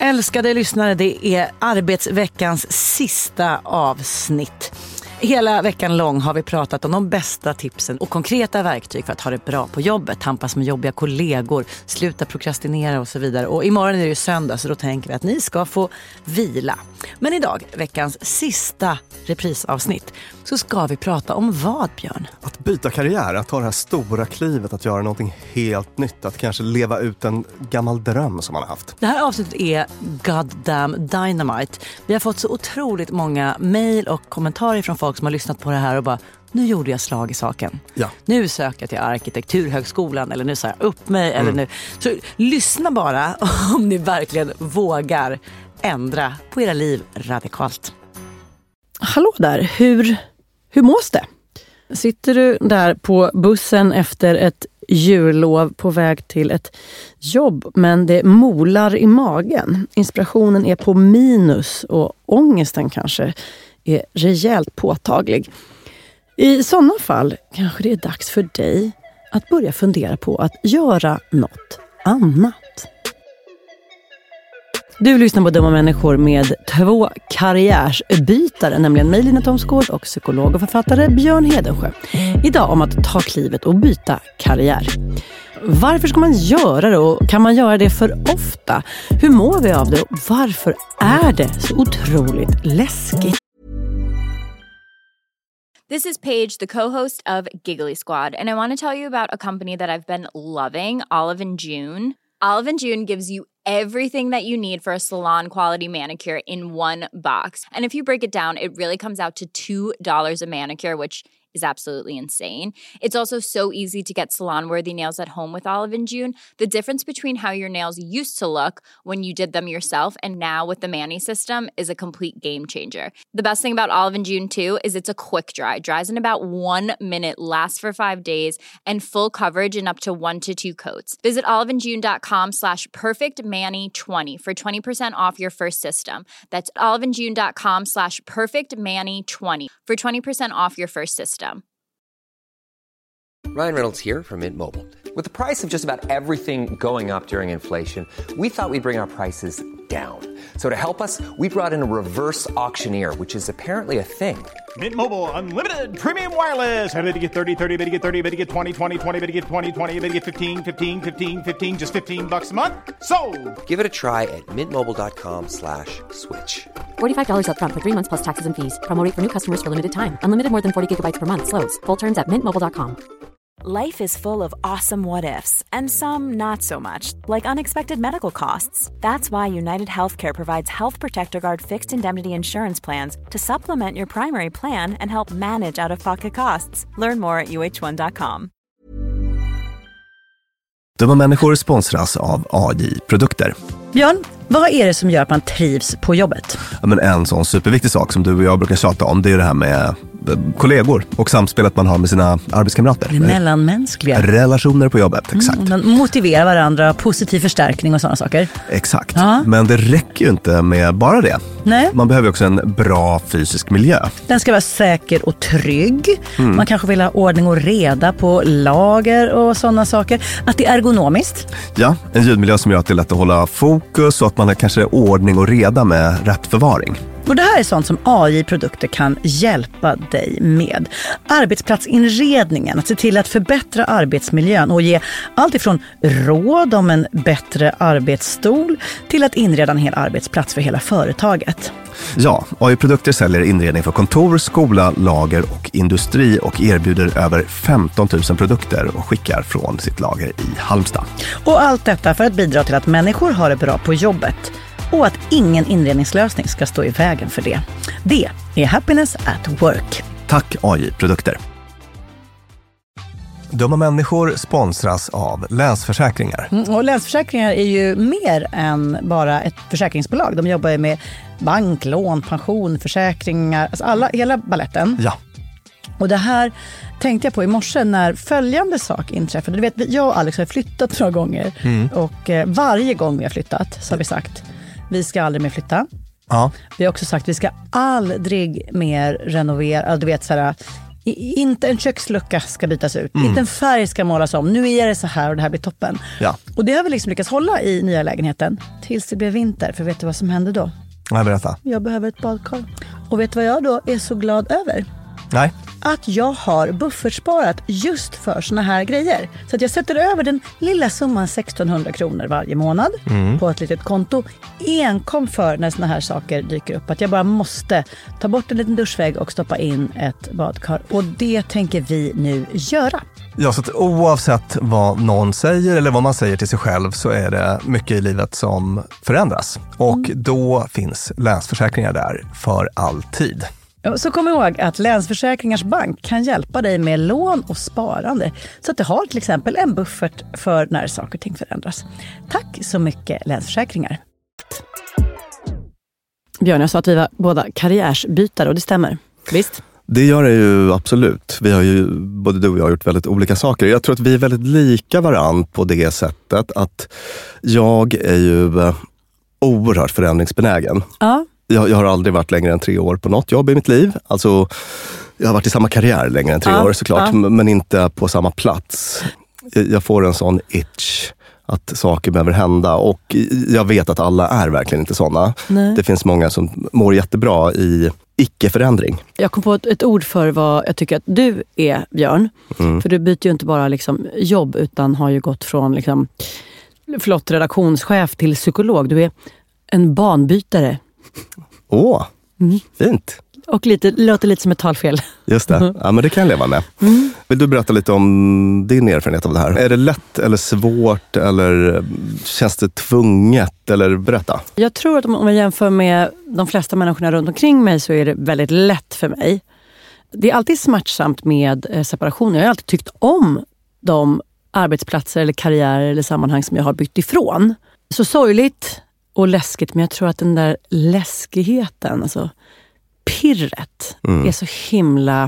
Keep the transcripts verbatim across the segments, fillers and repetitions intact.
Älskade lyssnare, det är arbetsveckans sista avsnitt. Hela veckan lång har vi pratat om de bästa tipsen och konkreta verktyg för att ha det bra på jobbet, tampas med jobbiga kollegor, sluta prokrastinera och så vidare. Och imorgon är det ju söndag, så då tänker vi att ni ska få vila. Men idag, veckans sista reprisavsnitt, så ska vi prata om vad, Björn? Att byta karriär, att ta det här stora klivet, att göra någonting helt nytt, att kanske leva ut en gammal dröm som man har haft. Det här avsnittet är Goddamn Dynamite. Vi har fått så otroligt många mejl och kommentarer från folk som har lyssnat på det här och bara, nu gjorde jag slag i saken. Ja. Nu söker jag till arkitekturhögskolan, eller nu sa jag upp mig, mm. eller nu. Så lyssna bara om ni verkligen vågar ändra på era liv radikalt. Hallå där, hur, hur mås det? Sitter du där på bussen efter ett jullov på väg till ett jobb, men det molar i magen. Inspirationen är på minus och ångesten kanske är rejält påtaglig. I sådana fall kanske det är dags för dig att börja fundera på att göra något annat. Du lyssnar på Dumma människor med två karriärsbytare, nämligen mig, Lina Thomsgård, och psykolog och författare Björn Hedensjö. Idag om att ta klivet och byta karriär. Varför ska man göra det, och kan man göra det för ofta? Hur mår vi av det, och varför är det så otroligt läskigt? This is Paige, the co-host of Giggly Squad, and I want to tell you about a company that I've been loving, Olive and June. Olive and June gives you everything that you need for a salon-quality manicure in one box. And if you break it down, it really comes out to two dollars a manicure, which is absolutely insane. It's also so easy to get salon-worthy nails at home with Olive and June. The difference between how your nails used to look when you did them yourself and now with the Mani system is a complete game changer. The best thing about Olive and June too is it's a quick dry. Dries in about one minute, lasts for five days, and full coverage in up to one to two coats. Visit oliveandjune.com slash perfectmani20 for twenty percent off your first system. That's oliveandjune.com slash perfectmani20 for twenty percent off your first system. Ryan Reynolds here from Mint Mobile. With the price of just about everything going up during inflation, we thought we'd bring our prices down. So to help us, we brought in a reverse auctioneer, which is apparently a thing. Mint Mobile Unlimited Premium Wireless. How to get thirty, thirty, how to get thirty, how to get twenty, twenty, twenty, how to get twenty, twenty, how to get fifteen, fifteen, fifteen, fifteen, just fifteen bucks a month? Sold! Give it a try at mintmobile.com slash switch. forty-five dollars up front for three months plus taxes and fees. Promo rate for new customers for limited time. Unlimited more than forty gigabytes per month. Slows full terms at mint mobile dot com. Life is full of awesome what-ifs, and some not so much, like unexpected medical costs. That's why United Healthcare provides Health Protector Guard fixed indemnity insurance plans to supplement your primary plan and help manage out-of-pocket costs. Learn more at u h one dot com. Dumma människor sponsras av A J-produkter. Björn, vad är det som gör att man trivs på jobbet? Ja, men en sån superviktig sak som du och jag brukar tjata om, det är det här med kollegor och samspelet man har med sina arbetskamrater. Det mellanmänskliga. Relationer på jobbet, exakt. Mm, man motiverar varandra, positiv förstärkning och sådana saker. Exakt, ja. Men det räcker ju inte med bara det. Nej. Man behöver också en bra fysisk miljö. Den ska vara säker och trygg. Mm. Man kanske vill ha ordning och reda på lager och sådana saker. Att det är ergonomiskt. Ja, en ljudmiljö som gör att det är lätt att hålla fokus och att man har kanske ordning och reda med rätt förvaring. Och det här är sånt som A J-produkter kan hjälpa dig med. Arbetsplatsinredningen, att se till att förbättra arbetsmiljön och ge allt ifrån råd om en bättre arbetsstol till att inreda en hel arbetsplats för hela företaget. Ja, A J-produkter säljer inredning för kontor, skola, lager och industri och erbjuder över femton tusen produkter och skickar från sitt lager i Halmstad. Och allt detta för att bidra till att människor har det bra på jobbet. Och att ingen inredningslösning ska stå i vägen för det. Det är Happiness at Work. Tack A J-produkter. Dumma människor sponsras av Länsförsäkringar. Mm, och Länsförsäkringar är ju mer än bara ett försäkringsbolag. De jobbar ju med bank, lån, pension, försäkringar. Alltså alla, hela balletten. Ja. Och det här tänkte jag på i morse när följande sak inträffade. Du vet, jag och Alex har flyttat några gånger. Mm. Och eh, varje gång vi har flyttat så har vi sagt vi ska aldrig mer flytta. Ja. Vi har också sagt vi ska aldrig mer renovera. Du vet så här, I, inte en kökslucka ska bytas ut. Mm. Inte en färg ska målas om. Nu är det så här och det här blir toppen. Ja. Och det har vi liksom lyckats hålla i nya lägenheten. Tills det blev vinter. För vet du vad som hände då? Nej, berätta. Jag behöver ett badkar. Och vet du vad jag då är så glad över? Nej. Att jag har buffertsparat just för såna här grejer. Så att jag sätter över den lilla summan sextonhundra kronor varje månad mm. på ett litet konto. Enkom för när såna här saker dyker upp. Att jag bara måste ta bort en liten duschvägg och stoppa in ett badkar. Och det tänker vi nu göra. Ja, så att oavsett vad någon säger eller vad man säger till sig själv så är det mycket i livet som förändras. Och mm. då finns Länsförsäkringar där för alltid. Så kom ihåg att Länsförsäkringars bank kan hjälpa dig med lån och sparande så att du har till exempel en buffert för när saker och ting förändras. Tack så mycket Länsförsäkringar. Björn, jag sa att vi var båda karriärsbytare och det stämmer, visst? Det gör det ju absolut. Vi har ju, både du och jag har gjort väldigt olika saker. Jag tror att vi är väldigt lika varann på det sättet att jag är ju oerhört förändringsbenägen. Ja. Jag, jag har aldrig varit längre än tre år på något jobb i mitt liv. Alltså, jag har varit i samma karriär längre än tre ja, år såklart, ja. men inte på samma plats. Jag, jag får en sån itch att saker behöver hända och jag vet att alla är verkligen inte sådana. Nej. Det finns många som mår jättebra i icke-förändring. Jag kom på ett, ett ord för vad jag tycker att du är, Björn. Mm. För du byter ju inte bara liksom jobb utan har ju gått från liksom, förlåt, redaktionschef till psykolog. Du är en banbytare. Åh, mm. fint. Och lite, låter lite som ett talfel. Just det, ja, men det kan jag leva med. Mm. Vill du berätta lite om din erfarenhet av det här? Är det lätt eller svårt eller känns det tvunget? Eller berätta. Jag tror att om jag jämför med de flesta människorna runt omkring mig så är det väldigt lätt för mig. Det är alltid smärtsamt med separation. Jag har alltid tyckt om de arbetsplatser eller karriärer eller sammanhang som jag har bytt ifrån. Så sorgligt och läskigt, men jag tror att den där läskigheten, alltså pirret, mm. är så himla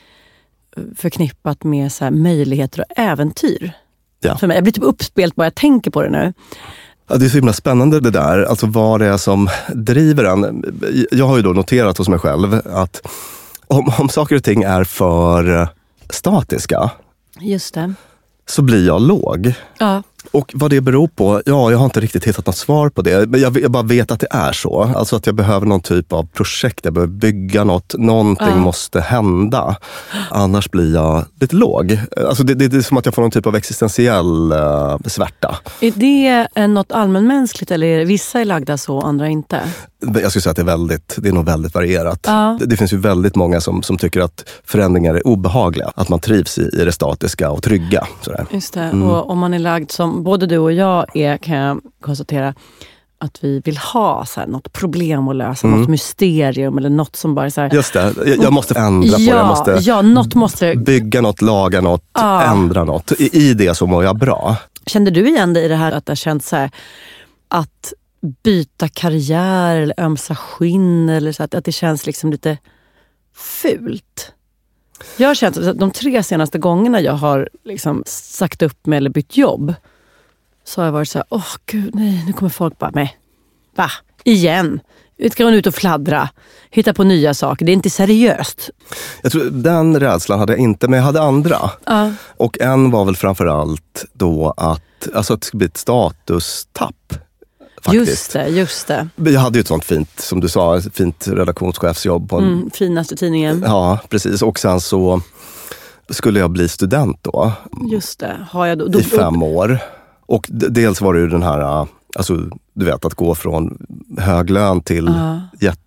förknippat med så här möjligheter och äventyr. Ja. För mig. Jag blir typ uppspelt bara jag tänker på det nu. Ja, det är så himla spännande det där. Alltså vad det är som driver en. Jag har ju då noterat hos mig själv att om, om saker och ting är för statiska, just det, så blir jag låg. Ja. Och vad det beror på, ja, jag har inte riktigt hittat något svar på det. Men jag, jag bara vet att det är så. Alltså att jag behöver någon typ av projekt, jag behöver bygga något. Någonting ja. måste hända. Annars blir jag lite låg. Alltså det, det, det är som att jag får någon typ av existentiell uh, svärta. Är det något allmänmänskligt eller är det vissa är lagda så, andra inte? Jag skulle säga att det är, väldigt, det är nog väldigt varierat. Ja. Det, det finns ju väldigt många som, som tycker att förändringar är obehagliga. Att man trivs i, i det statiska och trygga. Sådär. Just det, mm. och om man är lagd som både du och jag är, kan jag konstatera att vi vill ha så här, något problem att lösa, mm. något mysterium eller något som bara så här, just det, jag, jag måste ändra på ja, det, jag måste, ja, något måste bygga något, laga något, ja. ändra något. I, I det så mår jag bra. Kände du igen dig i det här att det har känts så här, att byta karriär eller ömsa skinn eller så att, att det känns liksom lite fult? Jag har känt att de tre senaste gångerna jag har liksom sagt upp mig eller bytt jobb så har jag varit så här, åh oh, gud nej, nu kommer folk bara, nej, va, igen. Ska man ut och fladdra, hitta på nya saker, det är inte seriöst. Jag tror den rädslan hade jag inte, men jag hade andra. Uh. Och en var väl framförallt då att, alltså att det skulle bli ett statustapp. Faktiskt. Just det, just det. Jag hade ju ett sånt fint, som du sa, ett fint redaktionschefsjobb på en... Mm, finaste tidningen. Ja, precis. Och sen så skulle jag bli student då. Just det. Har jag då, då, I fem år. Och d- dels var det ju den här, alltså du vet, att gå från hög lön till uh.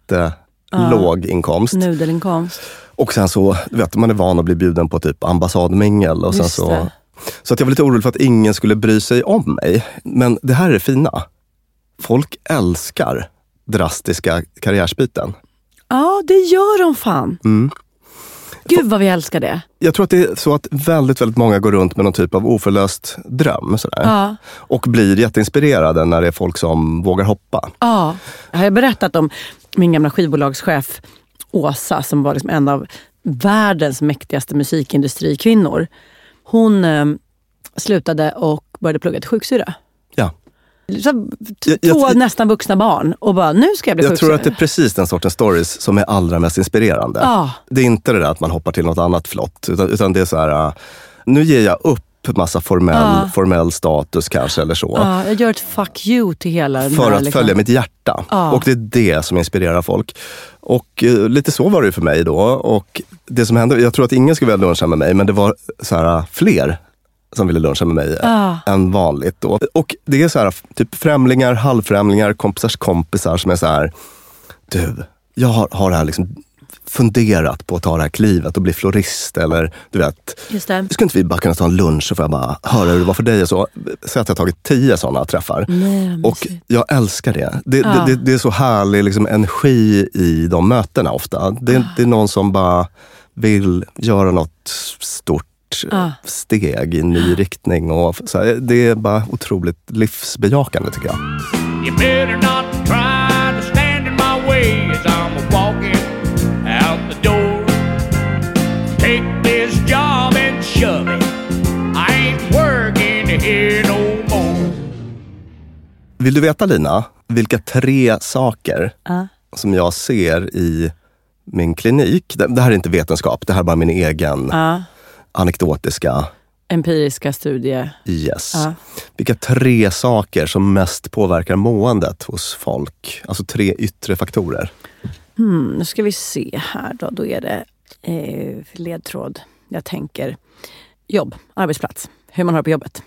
jättelåg uh. inkomst. Nudelinkomst. Och sen så, du vet, man är van att bli bjuden på typ ambassadmingel. Och sen så, så att jag var lite orolig för att ingen skulle bry sig om mig. Men det här är det fina. Folk älskar drastiska karriärsbyten. Ja, det gör de fan. Mm. Gud vad vi älskar det. Jag tror att det är så att väldigt, väldigt många går runt med någon typ av oförlöst dröm. Sådär. Ja. Och blir jätteinspirerade när det är folk som vågar hoppa. Ja, jag har berättat om min gamla skivbolagschef Åsa som var liksom en av världens mäktigaste musikindustrikvinnor. Hon eh, slutade och började plugga till sjuksyra. Ja. Så, t- jag, två jag, nästan vuxna barn och bara, nu ska jag bli Jag sjukskriven. tror att det är precis den sortens stories som är allra mest inspirerande. Ah. Det är inte det där att man hoppar till något annat flott, utan, utan det är så här, uh, nu ger jag upp massa formell, ah. formell status kanske eller så. Ah, jag gör ett fuck you till hela den För här, att liksom. följa mitt hjärta. Ah. Och det är det som inspirerar folk. Och uh, lite så var det ju för mig då. Och det som hände, jag tror att ingen skulle vilja luncha med mig, men det var så här, uh, fler som ville luncha med mig ah. än vanligt då. Och det är så här, typ främlingar, halvfrämlingar, kompisars kompisar som är så här, du, jag har, har det här liksom funderat på att ta det här klivet och bli florist eller du vet. Just det. Skulle inte vi bara kunna ta en lunch så får jag bara höra hur det var för dig och så. Så att jag har tagit tio sådana träffar. Nej, och jag älskar det. Det, ah. det, det. det är så härlig liksom, energi i de mötena ofta. Det, ah. det är någon som bara vill göra något stort ah. steg i en ny riktning. Och så här, det är bara otroligt livsbejakande tycker jag. You better not try to stand in my way as I'm walking out the door. Take this job and shove it. I ain't working here no more. Vill du veta, Lina, vilka tre saker uh. som jag ser i min klinik? Det, det här är inte vetenskap, det här är bara min egen uh. anekdotiska empiriska studie. Yes. Uh. Vilka tre saker som mest påverkar måendet hos folk? Alltså tre yttre faktorer. Hmm, nu ska vi se här då. Då är det eh, ledtråd. Jag tänker jobb, arbetsplats, hur man har på jobbet.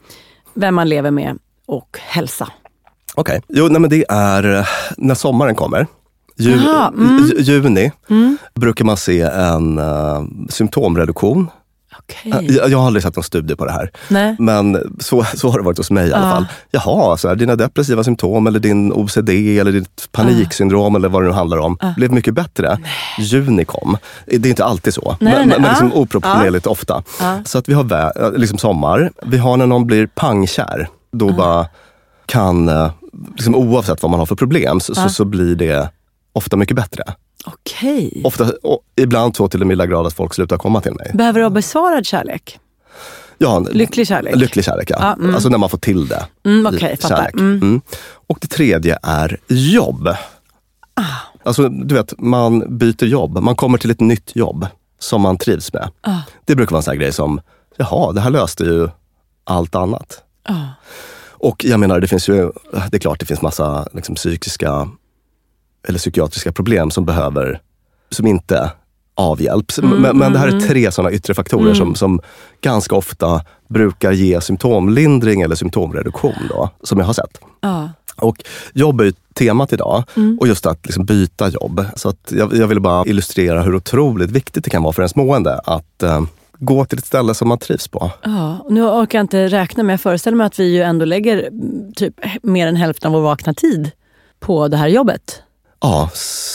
Vem man lever med och hälsa. Okej, okay. Jo, nej, men det är när sommaren kommer. Ju, Aha, mm. Juni mm. brukar man se en uh, symptomreduktion. Okay. Jag, jag har aldrig sett någon studie på det här. Nej. Men så, så har det varit hos mig i alla ah. fall. Jaha, så här, dina depressiva symptom eller din O C D eller ditt paniksyndrom ah. eller vad det nu handlar om ah. blev mycket bättre. Nej. Juni kom. Det är inte alltid så. Nej, men nej, men liksom ah. oproportionerligt ah. ofta. Ah. Så att vi har vä- liksom sommar. Vi har när någon blir pangkär. Då ah. bara kan, liksom, oavsett vad man har för problem så, ah. så, så blir det ofta mycket bättre. Okej. Okay. Ofta, och ibland så till den milda grad att folk slutar komma till mig. Behöver du ha besvarad kärlek? Ja, lycklig kärlek. Lycklig kärlek, ja. Ah, mm. Alltså när man får till det. Mm, Okej, okay, fattar. Mm. Mm. Och det tredje är jobb. Ah. Alltså, du vet, man byter jobb. Man kommer till ett nytt jobb som man trivs med. Ah. Det brukar vara en sån här grej som, jaha, det här löste ju allt annat. Ah. Och jag menar, det finns ju, det är klart det finns massa liksom, psykiska eller psykiatriska problem som behöver, som inte avhjälps. Mm, men, men det här är tre sådana yttre faktorer mm. som, som ganska ofta brukar ge symptomlindring eller symptomreduktion då, som jag har sett. Ah. Och jobb är ju temat idag mm. och just att liksom byta jobb. Så att jag, jag vill bara illustrera hur otroligt viktigt det kan vara för ens mående att eh, gå till ett ställe som man trivs på. Ja, och nu orkar jag inte räkna, men jag föreställer mig att vi ju ändå lägger typ mer än hälften av vår vakna tid på det här jobbet. Ja,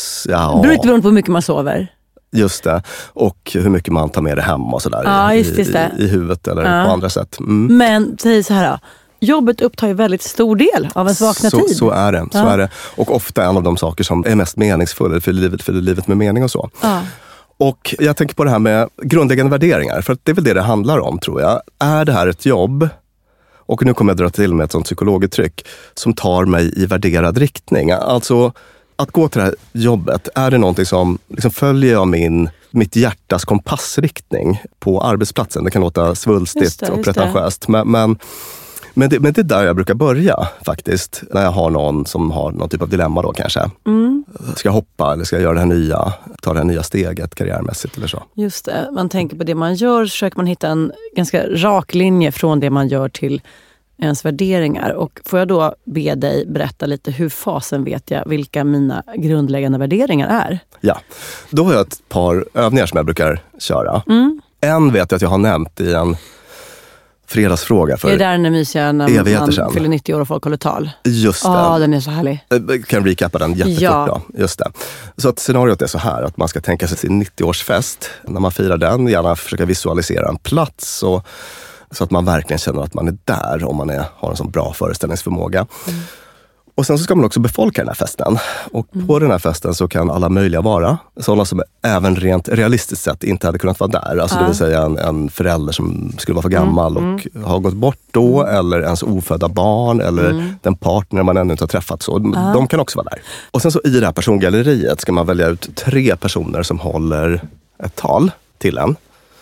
ja. Beror inte beroende på hur mycket man sover. Just det. Och hur mycket man tar med det hem och sådär. Ja, just, just i, i, i huvudet eller ja. på andra sätt. Mm. Men säg så här då. Jobbet upptar ju väldigt stor del av ens vakna så, tid. Så är det. Så ja. är det. Och ofta en av de saker som är mest meningsfulla för livet, för livet med mening och så. Ja. Och jag tänker på det här med grundläggande värderingar. För att det är väl det det handlar om, tror jag. Är det här ett jobb? Och nu kommer jag dra till med ett sånt psykologuttryck som tar mig i värderad riktning. Alltså, att gå till det här jobbet, är det någonting som liksom följer jag min, mitt hjärtas kompassriktning på arbetsplatsen? Det kan låta svulstigt det, och pretentiöst. Men, men, men, det, men det är där jag brukar börja faktiskt. När jag har någon som har någon typ av dilemma då kanske. Mm. Ska jag hoppa eller ska jag göra det här nya, ta det här nya steget karriärmässigt eller så? Just det, man tänker på det man gör, så försöker man hitta en ganska rak linje från det man gör till ens värderingar. Och får jag då be dig berätta lite hur fasen vet jag vilka mina grundläggande värderingar är? Ja, då har jag ett par övningar som jag brukar köra. Mm. En vet jag att jag har nämnt i en fredagsfråga för är det där den är mysiga när man sedan. fyller nittio år och folk håller tal? Just det. Ja, den är så härlig. Jag kan recappa den jättefort ja. då. Just det. Så att scenariot är så här att man ska tänka sig sin nittioårsfest. När man firar den, gärna försöka visualisera en plats och så att man verkligen känner att man är där om man är, har en sån bra föreställningsförmåga. Mm. Och sen så ska man också befolka den här festen. Och mm. på den här festen så kan alla möjliga vara. Sådana som även rent realistiskt sett inte hade kunnat vara där. Alltså ja. det vill säga en, en förälder som skulle vara för gammal mm. och mm. har gått bort då. Mm. Eller ens ofödda barn. Eller mm. den partner man ännu inte har träffat. Så ja. de kan också vara där. Och sen så i det här persongalleriet ska man välja ut tre personer som håller ett tal till en.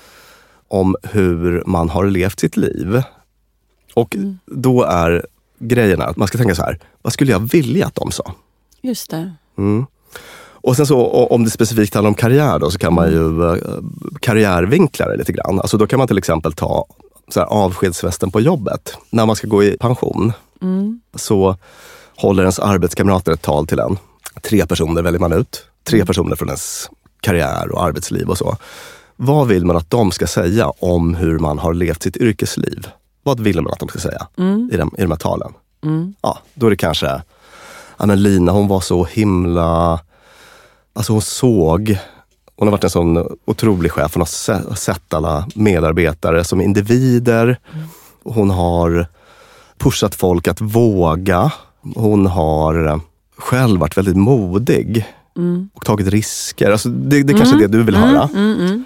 Om hur man har levt sitt liv. Och mm. då är grejerna att man ska tänka så här, vad skulle jag vilja att de sa? Just det. Mm. Och sen så om det specifikt handlar om karriär då, så kan man ju uh, karriärvinkla det lite grann. Alltså då kan man till exempel ta så här, avskedsfesten på jobbet. När man ska gå i pension mm. så håller ens arbetskamrater ett tal till en. Tre personer väljer man ut. Tre personer från ens karriär och arbetsliv och så. Vad vill man att de ska säga om hur man har levt sitt yrkesliv? Vad vill man att de ska säga mm. i, de, i de här talen? Mm. Ja, då är det kanske... Ja, men Lina, hon var så himla... Alltså hon såg... Hon har varit en sån otrolig chef. Hon har sett alla medarbetare som individer. Mm. Hon har pushat folk att våga. Hon har själv varit väldigt modig. Mm. Och tagit risker. Alltså det, det är kanske mm. det du vill höra. Mm. Mm.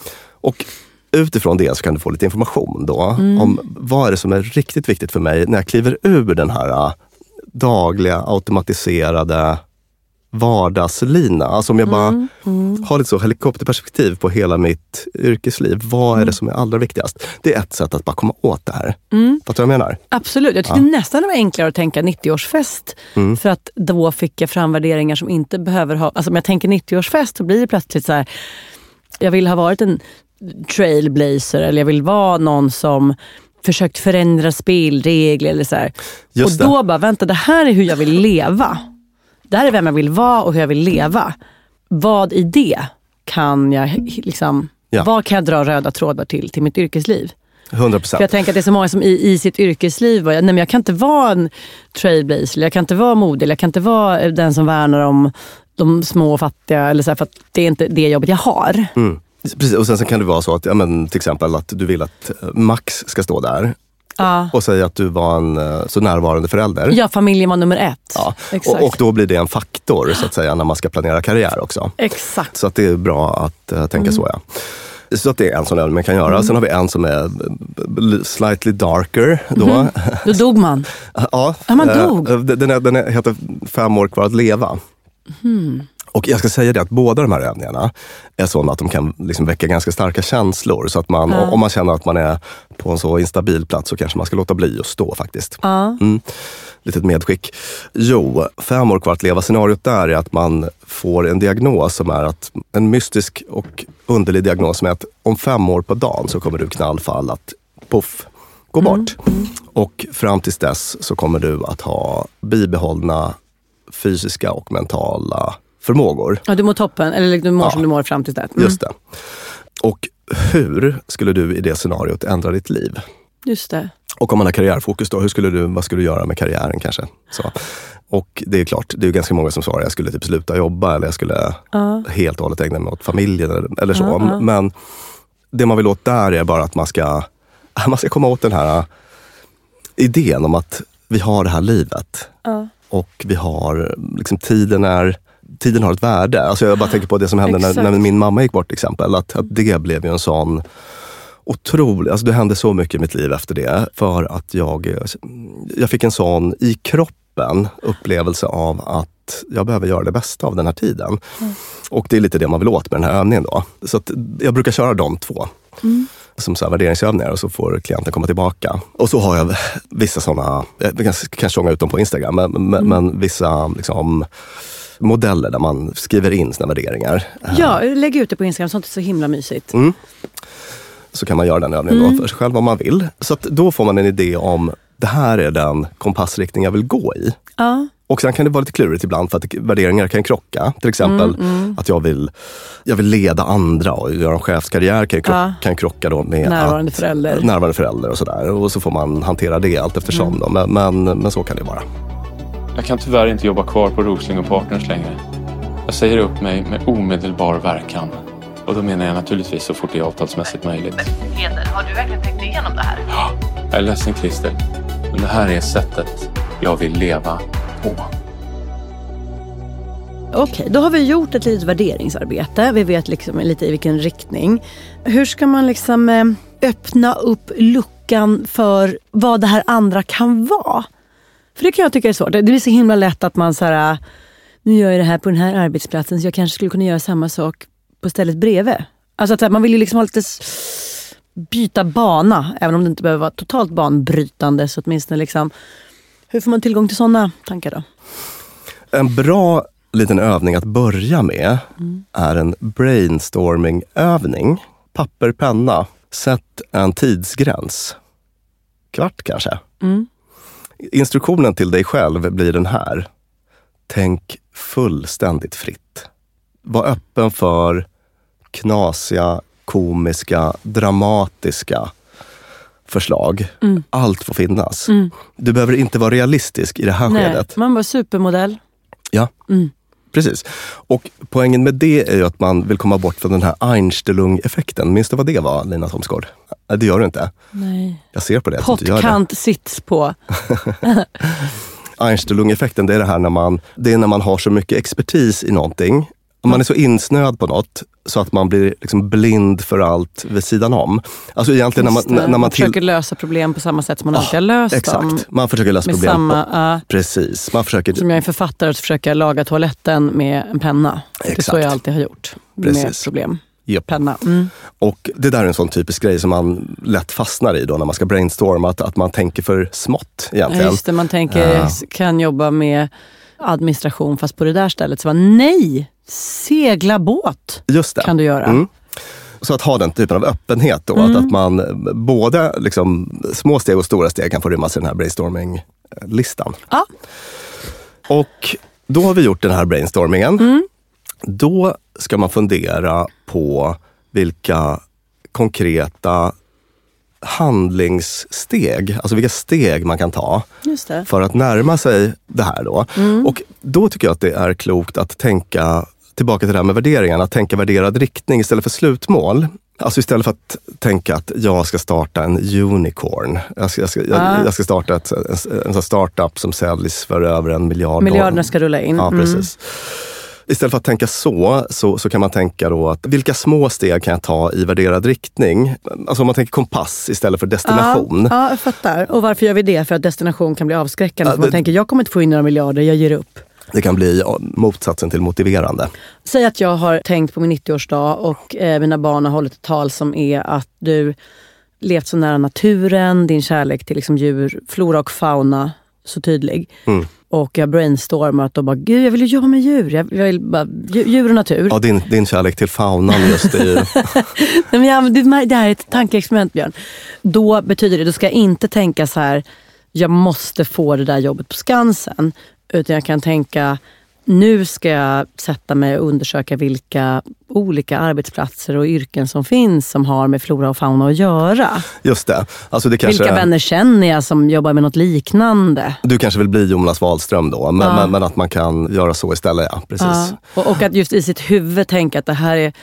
Och utifrån det så kan du få lite information då. Mm. Om vad är det som är riktigt viktigt för mig när jag kliver ur den här dagliga, automatiserade vardagslina. Alltså om jag bara mm. Mm. har lite så helikopterperspektiv på hela mitt yrkesliv. Vad är mm. det som är allra viktigast? Det är ett sätt att bara komma åt det här. Mm. Fattar du vad jag menar? Absolut. Jag tyckte ja. nästan det var enklare att tänka nittioårsfest. Mm. För att då fick jag fram värderingar som inte behöver ha... Alltså om jag tänker nittioårsfest så blir det plötsligt så här... Jag vill ha varit en trailblazer eller jag vill vara någon som försökt förändra spelregler eller så här. Och då bara, vänta, det här är hur jag vill leva. Det här är vem jag vill vara och hur jag vill leva. Vad i det kan jag liksom, ja. vad kan jag dra röda trådar till till mitt yrkesliv? hundra procent. För jag tänker att det är så många som i, i sitt yrkesliv, nej men jag kan inte vara en trailblazer, jag kan inte vara modig, jag kan inte vara den som värnar om de små och fattiga eller så här, för att det är inte det jobbet jag har. Mm. Precis, och sen så kan det vara så att, ja, men, till exempel att du vill att Max ska stå där ja. och säga att du var en så närvarande förälder. Ja, familjen var nummer ett. Ja. Exakt. Och, och då blir det en faktor så att säga när man ska planera karriär också. Exakt. Så att det är bra att uh, tänka mm. så, ja. Så att det är en sån övning man kan göra. Mm. Sen har vi en som är slightly darker då. Mm. Då dog man. Ja, ja man dog. Den, är, den är, heter Fem år kvar att leva. Mm. Och jag ska säga det att båda de här övningarna är sådana att de kan liksom väcka ganska starka känslor. Så att man, ja. om man känner att man är på en så instabil plats så kanske man ska låta bli att stå faktiskt. Ja. Mm. Litet medskick. Jo, fem år kvar att leva. Scenariot där är att man får en diagnos som är att en mystisk och underlig diagnos som är att om fem år på dagen så kommer du knallfall att puff, gå bort. Mm. Mm. Och fram tills dess så kommer du att ha bibehållna fysiska och mentala förmågor. Ja, du mår toppen, eller du mår ja. som du mår fram till det. Mm. Just det. Och hur skulle du i det scenariot ändra ditt liv? Just det. Och om man har karriärfokus då, hur skulle du, vad skulle du göra med karriären kanske? Så. Och det är klart, det är ganska många som svarar jag skulle typ sluta jobba eller jag skulle uh. helt och hållet ägna mig åt familjen eller, eller så. Uh, uh. Men det man vill åt där är bara att man ska, man ska komma åt den här idén om att vi har det här livet. Uh. Och vi har, liksom tiden är Tiden har ett värde. Alltså jag bara tänker på det som hände när, när min mamma gick bort till exempel. Att, att det blev ju en sån otrolig... Alltså det hände så mycket i mitt liv efter det. För att jag, jag fick en sån i kroppen upplevelse av att jag behöver göra det bästa av den här tiden. Mm. Och det är lite det man vill åt med den här övningen då. Så att jag brukar köra de två. Mm. Som så här värderingsövningar och så får klienten komma tillbaka. Och så har jag vissa såna... Jag kan kanske sjunga ut dem på Instagram. Men, mm. men vissa liksom... modeller där man skriver in sina värderingar. Ja, lägg ut det på Instagram, sånt är så himla mysigt. Mm. Så kan man göra den övningen mm. då för sig själv om man vill. Så att då får man en idé om det här är den kompassriktning jag vill gå i. Ja. Och sen kan det vara lite klurigt ibland för att värderingar kan krocka. Till exempel mm, mm. att jag vill, jag vill leda andra och göra en chefskarriär kan, krocka, ja. kan krocka då med närvarande att, förälder. Närvarande förälder och sådär. Och så får man hantera det allt eftersom mm. då. Men, men, men så kan det vara. Jag kan tyvärr inte jobba kvar på Rosling och Partners längre. Jag säger upp mig med omedelbar verkan. Och då menar jag naturligtvis så fort det är avtalsmässigt möjligt. Men Peder, har du verkligen tänkt igenom det här? Ja, jag är ledsen Christer. Men det här är sättet jag vill leva på. Okej, då har vi gjort ett litet värderingsarbete. Vi vet liksom lite i vilken riktning. Hur ska man liksom eh, öppna upp luckan för vad det här andra kan vara? För det kan jag tycka är svårt. Det är så himla lätt att man så här, nu gör jag det här på den här arbetsplatsen så jag kanske skulle kunna göra samma sak på stället bredvid. Alltså att här, man vill ju liksom ha lite byta bana, även om det inte behöver vara totalt banbrytande, så åtminstone liksom, hur får man tillgång till sådana tankar då? En bra liten övning att börja med mm. är en brainstorming-övning. Papper, penna. Sätt en tidsgräns. Kvart kanske. Mm. Instruktionen till dig själv blir den här. Tänk fullständigt fritt. Var öppen för knasiga, komiska, dramatiska förslag. Mm. Allt får finnas. Mm. Du behöver inte vara realistisk i det här Nej, skedet. Man var supermodell. Ja, mm. precis. Och poängen med det är ju att man vill komma bort från den här Einstellung-effekten. Minns du vad det var, Lina Thomsgård? Det gör du inte. Nej. Jag ser på det. Pottkant sits på. Einstellung-effekten, det är det här när man, det är när man har så mycket expertis i någonting. Om man är så insnöad på något så att man blir liksom blind för allt vid sidan om. Alltså egentligen när man, när man, man till... försöker lösa problem på samma sätt som man alltid har löst exakt. dem. Man försöker lösa med problem. Samma, uh, Precis. Man försöker... Som jag är författare så försöker jag laga toaletten med en penna. Exakt. Det är så jag alltid har gjort. Precis. Med problem. Yep. Penna. Mm. Och det där är en sån typisk grej som man lätt fastnar i då när man ska brainstorma. Att, att man tänker för smått egentligen. Ja, just det, man tänker uh. kan jobba med administration fast på det där stället. Så var nej, segla båt just det. Kan du göra. Mm. Så att ha den typen av öppenhet då. Mm. Att, att man både liksom, små steg och stora steg kan få rymmas i den här brainstorming-listan. Ja. Och då har vi gjort den här brainstormingen. Mm. Då ska man fundera på vilka konkreta handlingssteg, alltså vilka steg man kan ta Just det. för att närma sig det här då. Mm. Och då tycker jag att det är klokt att tänka tillbaka till det här med värderingarna, att tänka värderad riktning istället för slutmål. Alltså istället för att tänka att jag ska starta en unicorn. Jag ska, jag ska, ah. jag, jag ska starta ett, en, en startup som säljs för över en miljard. Miljarderna ska rulla in. Ja, precis. Mm. Istället för att tänka så, så, så kan man tänka då att vilka små steg kan jag ta i värderad riktning? Alltså om man tänker kompass istället för destination. Ja, ja jag fattar. Och varför gör vi det? För att destination kan bli avskräckande. Ja, det, man tänker, jag kommer inte få in några miljarder, jag ger upp. Det kan bli motsatsen till motiverande. Säg att jag har tänkt på min nittioårsdag och eh, mina barn har hållit ett tal som är att du levt så nära naturen, din kärlek till liksom djur, flora och fauna så tydlig. Mm. Och jag brainstormar och bara, gud jag vill ju jobba med djur. Jag vill bara, djur och natur. Ja, din, din kärlek till faunan just det. Nej, men jag, det, det här är ett tankeexperiment, Björn. Då betyder det, då ska jag inte tänka så här, jag måste få det där jobbet på Skansen. Utan jag kan tänka, nu ska jag sätta mig och undersöka vilka olika arbetsplatser och yrken som finns som har med flora och fauna att göra. Just det. Alltså det kanske... Vilka vänner känner jag som jobbar med något liknande? Du kanske vill bli Jonas Wahlström då, men, ja. men, men att man kan göra så istället, ja. Precis. Ja. Och, och att just i sitt huvud tänka att det här är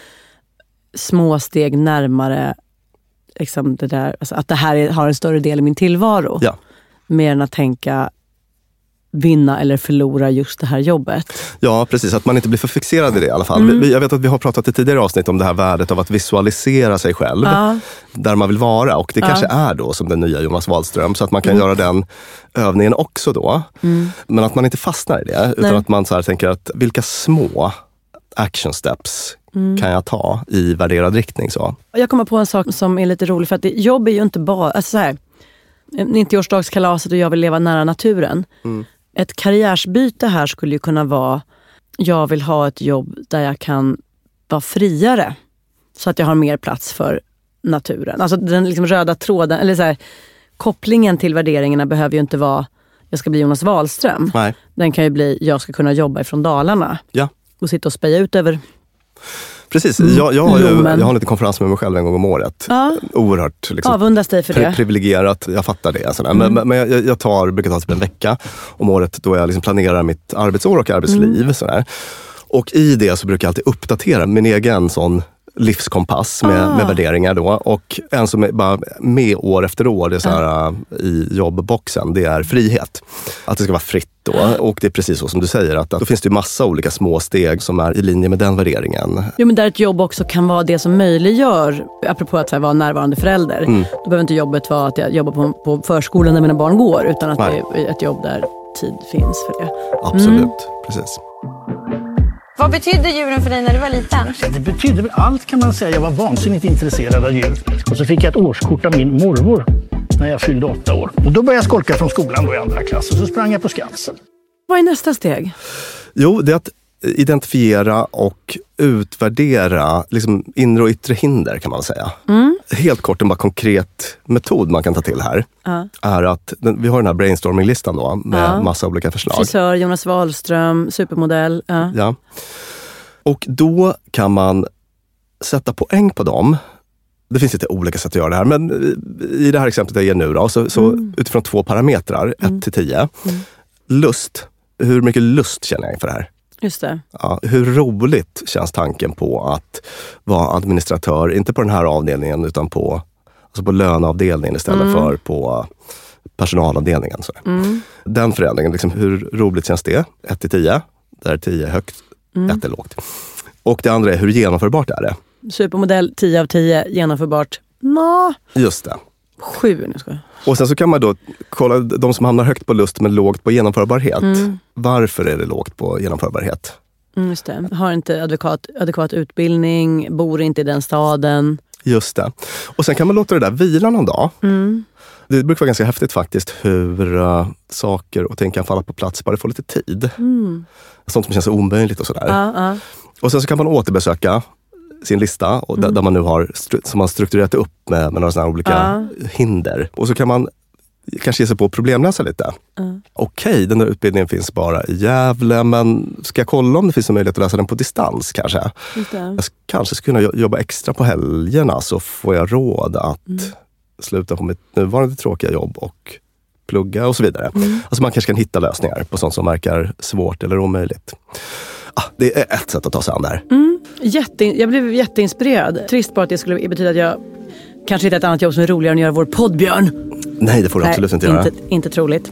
små steg närmare liksom det där, alltså att det här är, har en större del i min tillvaro. Ja. Mer än att tänka vinna eller förlora just det här jobbet. Ja, precis. Att man inte blir för fixerad i det i alla fall. Mm. Jag vet att vi har pratat i tidigare avsnitt om det här värdet av att visualisera sig själv. Ja. Där man vill vara. Och det ja. kanske är då som den nya Jonas Wahlström. Så att man kan mm. göra den övningen också då. Mm. Men att man inte fastnar i det. Utan Nej. att man så här tänker att vilka små action steps mm. kan jag ta i värderad riktning. Så. Jag kommer på en sak som är lite rolig. För att det, jobb är ju inte bara... Alltså så här, nittioårsdagskalaset och jag vill leva nära naturen. Mm. Ett karriärsbyte här skulle ju kunna vara, jag vill ha ett jobb där jag kan vara friare. Så att jag har mer plats för naturen. Alltså den liksom röda tråden, eller så här, kopplingen till värderingarna behöver ju inte vara, jag ska bli Jonas Wahlström. Nej. Den kan ju bli, jag ska kunna jobba ifrån Dalarna. Ja. Och sitta och speja ut över... Precis, jag, jag, har ju, jag har en liten konferens med mig själv en gång om året. Ja. Oerhört liksom, avundas dig för det. Privilegierat, jag fattar det. Sådär. Mm. Men, men jag, jag tar, brukar ta typ en vecka om året då jag liksom planerar mitt arbetsår och arbetsliv. Mm. Sådär. Och i det så brukar jag alltid uppdatera min egen sån livskompass med, Ah. med värderingar då. Och en som är bara med år efter år, det är så här, ah. i jobbboxen, det är frihet. Att det ska vara fritt då. Och det är precis så som du säger, att, att då finns det ju massa olika små steg som är i linje med den värderingen. Jo, men där ett jobb också kan vara det som möjliggör, apropå att så här, vara närvarande förälder. Mm. Då behöver inte jobbet vara att jag jobbar på, på förskolan där mina barn går, utan att Nej. det är ett jobb där tid finns för det. Absolut, mm. precis. Vad betydde djuren för dig när du var liten? Det betydde väl allt, kan man säga. Jag var vansinnigt intresserad av djur. Och så fick jag ett årskort av min mormor när jag fyllde åtta år. Och då började jag skolka från skolan då i andra klass. Och så sprang jag på Skansen. Vad är nästa steg? Jo, det är att identifiera och utvärdera liksom inre och yttre hinder, kan man säga. Mm. Helt kort, en bara konkret metod man kan ta till här uh. är att vi har den här brainstorming-listan då med uh. massa olika förslag. Frisör, Jonas Wahlström, supermodell. Uh. Ja. Och då kan man sätta poäng på dem. Det finns lite olika sätt att göra det här, men i det här exemplet jag ger nu då, så, så mm. utifrån två parametrar, mm. ett till tio. Mm. Lust, hur mycket lust känner jag inför det här? Just det. Ja, hur roligt känns tanken på att vara administratör, inte på den här avdelningen utan på, alltså på löneavdelningen istället mm. för på personalavdelningen. Så. Mm. Den förändringen, liksom, hur roligt känns det? ett till tio, där tio är högt, mm. ett är lågt. Och det andra är, hur genomförbart är det? Supermodell, tio av tio, genomförbart. Nå. Just det. Sju nu ska jag. Och sen så kan man då kolla de som hamnar högt på lust men lågt på genomförbarhet. Mm. Varför är det lågt på genomförbarhet? Mm, just det. Har inte adekvat, adekvat utbildning, bor inte i den staden. Just det. Och sen kan man låta det där vila någon dag. Mm. Det brukar vara ganska häftigt faktiskt hur uh, saker och ting kan falla på plats bara få lite tid. Mm. Sånt som känns omöjligt och sådär. Uh, uh. Och sen så kan man återbesöka sin lista och mm. där, där man nu har som man strukturerat upp med, med några sådana olika uh. hinder. Och så kan man kanske ge sig på att problemlösa lite. Uh. Okej, okay, den där utbildningen finns bara i Gävle, men ska jag kolla om det finns en möjlighet att läsa den på distans kanske? Jag kanske skulle kunna jobba extra på helgerna, så får jag råd att mm. sluta på mitt nuvarande tråkiga jobb och plugga och så vidare. Mm. Alltså man kanske kan hitta lösningar på sånt som verkar svårt eller omöjligt. Ah, det är ett sätt att ta sig an det här. Mm. Jätte, jag blev jätteinspirerad. Trist bara att det skulle betyda att jag kanske hittar ett annat jobb som är roligare än att göra vår podd, Björn. Nej, det får du Nej, absolut inte göra. Inte, inte troligt.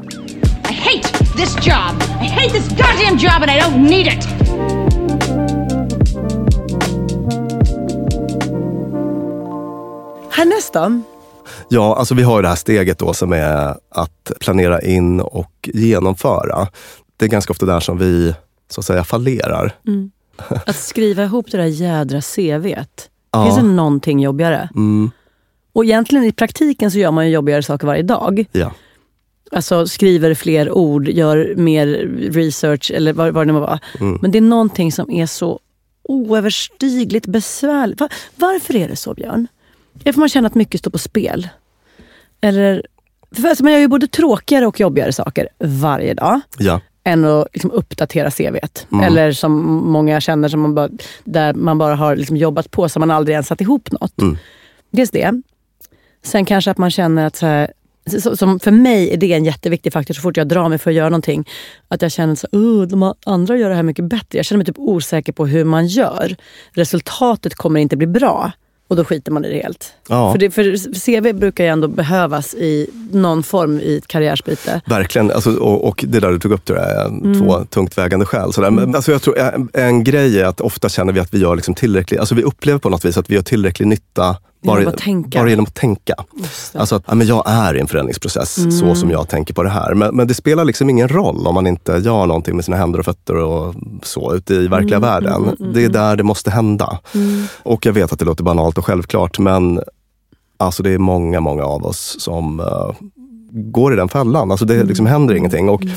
I hate this job. I hate this goddamn job and I don't need it. Härnäst då? Ja, alltså vi har ju det här steget då som är att planera in och genomföra. Det är ganska ofta där som vi så att säga fallerar. Mm. Att skriva ihop det där jädra C V:et. Ja. Finns det någonting jobbigare? Mm. Och egentligen i praktiken så gör man ju jobbigare saker varje dag. Ja. Alltså skriver fler ord, gör mer research eller vad, vad det nu var. Mm. Men det är någonting som är så oöverstigligt besvärligt. Var, varför är det så, Björn? Är för man känner att mycket står på spel? Eller, för alltså man gör ju både tråkigare och jobbigare saker varje dag. Ja. Än att liksom uppdatera C V:et. Mm. Eller som många känner, som man bara, där man bara har liksom jobbat på så man aldrig ens satt ihop något. Mm. Dels det. Sen kanske att man känner att så här, som för mig är det en jätteviktig faktor så fort jag drar mig för att göra någonting. Att jag känner så oh, de andra gör det här mycket bättre. Jag känner mig typ osäker på hur man gör. Resultatet kommer inte bli bra. Och då skiter man i det helt. Ja. För, det, för C V brukar ju ändå behövas i någon form i ett karriärsbyte. Verkligen. Alltså, och, och det där du tog upp, det är mm. två tungt vägande skäl. Sådär. Men alltså, jag tror en, en grej är att ofta känner vi att vi gör liksom tillräckligt. Alltså vi upplever på något vis att vi gör tillräcklig nytta bara genom att tänka. Bara genom att tänka. Alltså att ja, men jag är i en förändringsprocess mm. så som jag tänker på det här. Men, men det spelar liksom ingen roll om man inte gör någonting med sina händer och fötter och så ute i verkliga mm. världen. Mm, mm, det är där det måste hända. Mm. Och jag vet att det låter banalt och självklart, men alltså det är många, många av oss som uh, går i den fällan. Alltså det liksom händer mm. ingenting. Och mm.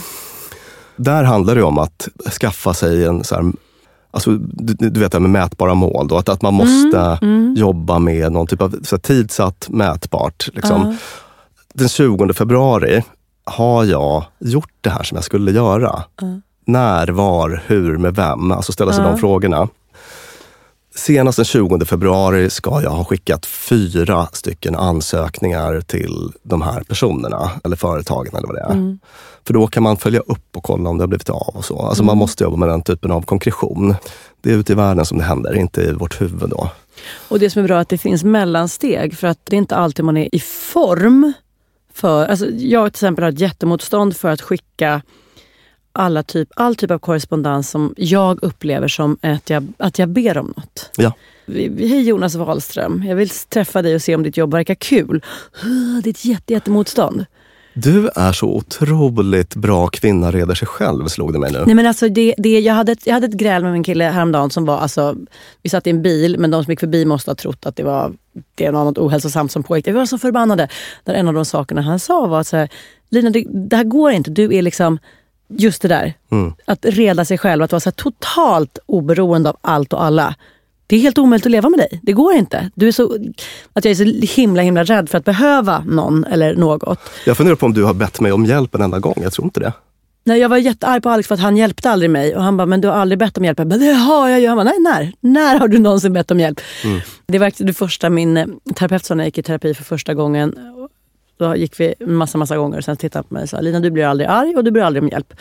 där handlar det om att skaffa sig en så här, alltså, du, du vet det med mätbara mål då, att, att man måste mm, mm. jobba med någon typ av så här, tidsatt mätbart. Liksom. Uh. Den tjugonde februari har jag gjort det här som jag skulle göra. Uh. När, var, hur, med vem? Alltså ställa sig uh. de frågorna. senast den tjugonde februari ska jag ha skickat fyra stycken ansökningar till de här personerna, eller företagen eller vad det är. Mm. För då kan man följa upp och kolla om det har blivit av och så. Alltså mm. man måste jobba med den typen av konkretion. Det är ute i världen som det händer, inte i vårt huvud då. Och det som är bra är att det finns mellansteg, för att det är inte alltid man är i form för, alltså jag till exempel har ett jättemotstånd för att skicka alla typ, all typ av korrespondens som jag upplever som att jag, att jag ber om något. Ja. Hej Jonas Wahlström, jag vill träffa dig och se om ditt jobb verkar kul. Det är ett jätte, jättemotstånd. Du är så otroligt bra kvinna reder sig själv, slog det mig nu. Nej men alltså, det, det, jag, hade ett, jag hade ett gräl med min kille häromdagen som var, alltså, vi satt i en bil, men de som gick förbi måste ha trott att det var, det var något ohälsosamt som pågick. Vi var så förbannade. Där en av de sakerna han sa var att så här, Lina, det, det här går inte, du är liksom just det där. Mm. Att reda sig själv, att vara så här totalt oberoende av allt och alla. Det är helt omöjligt att leva med dig. Det går inte. Du är så, att jag är så himla himla rädd för att behöva någon eller något. Jag funderar på om du har bett mig om hjälp en enda gång. Jag tror inte det. Nej, jag var jättearg på Alex för att han hjälpte aldrig mig. Och han bara, men du har aldrig bett om hjälp. Jag bara, det har jag ju. Han bara, nej, när? När har du någonsin bett om hjälp? Mm. Det var det första, min terapeut sa när jag gick i terapi för första gången. Då gick vi en massa, massa gånger. Och sen tittade han på mig och sa, Lina, du blir aldrig arg och du blir aldrig om hjälp.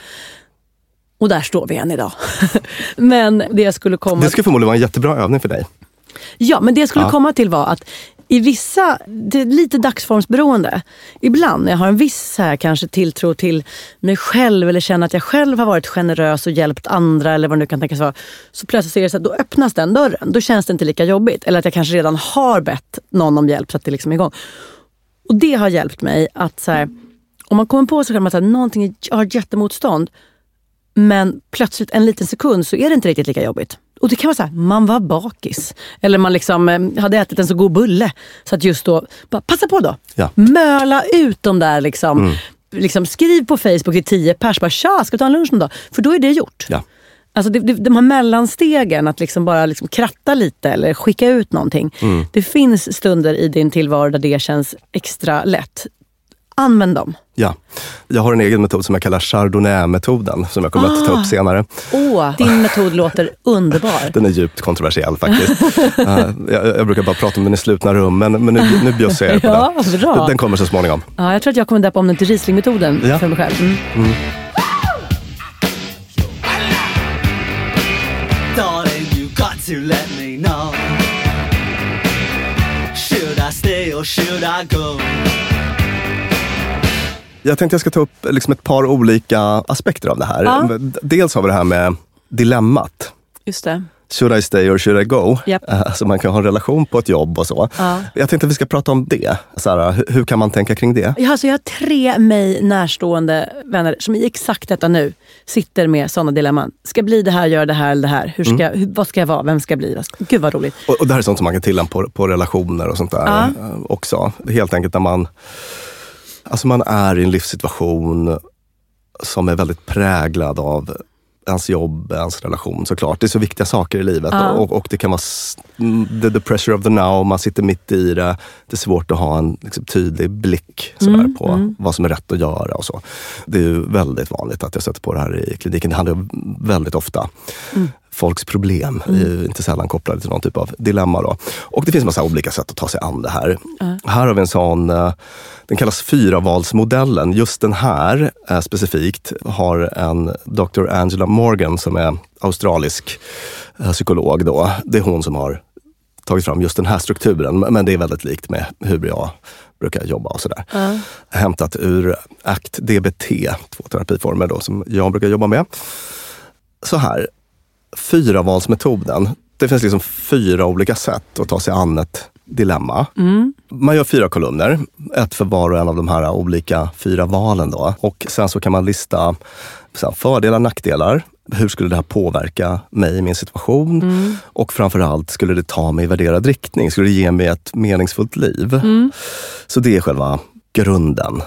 Och där står vi än idag. Men det jag skulle komma... Det skulle förmodligen vara en jättebra övning för dig. Ja, men det jag skulle ja. komma till var att i vissa, det är lite dagsformsberoende. Ibland när jag har en viss här kanske tilltro till mig själv eller känner att jag själv har varit generös och hjälpt andra eller vad det nu kan tänkas vara, så plötsligt är det så att då öppnas den dörren. Då känns det inte lika jobbigt. Eller att jag kanske redan har bett någon om hjälp så att det liksom är igång. Och det har hjälpt mig att så här, om man kommer på sig själv att här, någonting har jättemotstånd, men plötsligt en liten sekund så är det inte riktigt lika jobbigt. Och det kan vara så här, man var bakis. Eller man liksom eh, hade ätit en så god bulle. Så att just då, bara passa på då. Ja. Möla ut dem där liksom. Mm. Liksom skriv på Facebook till tio pers. Bara, tja, ska vi ta en lunch någon dag? För då är det gjort. Ja. Alltså det, det, de här mellanstegen, att liksom bara liksom kratta lite eller skicka ut någonting. Mm. Det finns stunder i din tillvaro där det känns extra lätt. Använd dem. Ja, jag har en egen metod som jag kallar Chardonnay-metoden som jag kommer ah. att ta upp senare. Åh, din metod låter underbar. Den är djupt kontroversiell faktiskt. uh, jag, jag brukar bara prata om den i slutna rum, men, men nu, nu bjussar jag på ja, den. Bra. Den kommer så småningom. Ja, jag tror att jag kommer döpa om den till Riesling-metoden ja. för mig själv. Mm. Mm. Darling, you got to let me know. Should I stay or should I go? Jag tänkte jag ska ta upp liksom ett par olika aspekter av det här. Ja. Dels har vi det här med dilemmat. Just det. Should I stay or should I go? Yep. Alltså man kan ha en relation på ett jobb och så. Ja. Jag tänkte att vi ska prata om det. Så här, hur, hur kan man tänka kring det? Ja, alltså jag har tre mig närstående vänner som i exakt detta nu sitter med sådana dilemman. Ska bli det här, gör det här eller det här. Hur ska, mm. hur, vad ska jag vara? Vem ska jag bli? Gud vad roligt. Och, och det här är sånt som man kan tillämpa på, på relationer och sånt där ja. också. Helt enkelt när man... Alltså man är i en livssituation som är väldigt präglad av ens jobb, ens relation såklart. Det är så viktiga saker i livet ja. och, och det kan vara the, the pressure of the now, man sitter mitt i det. Det är svårt att ha en liksom, tydlig blick sådär, mm, på mm. vad som är rätt att göra och så. Det är ju väldigt vanligt att jag sätter på det här i kliniken. Det handlar ju väldigt ofta mm. folks problem mm. är ju inte sällan kopplade till någon typ av dilemma då. Och det finns en massa olika sätt att ta sig an det här. Mm. Här har vi en sån, den kallas fyravalsmodellen. Just den här eh, specifikt har en doktor Angela Morgan som är australisk eh, psykolog då. Det är hon som har tagit fram just den här strukturen, men det är väldigt likt med hur jag brukar jobba och sådär. Mm. Hämtat ur A C T D B T, två terapiformer då som jag brukar jobba med. Så här, fyravalsmetoden. Det finns liksom fyra olika sätt att ta sig an ett dilemma. Mm. Man gör fyra kolumner, ett för var och en av de här olika fyra valen då. Och sen så kan man lista så fördelar, nackdelar. Hur skulle det här påverka mig i min situation? Mm. Och framförallt, skulle det ta mig i värderad riktning? Skulle det ge mig ett meningsfullt liv? Mm. Så det är själva grunden.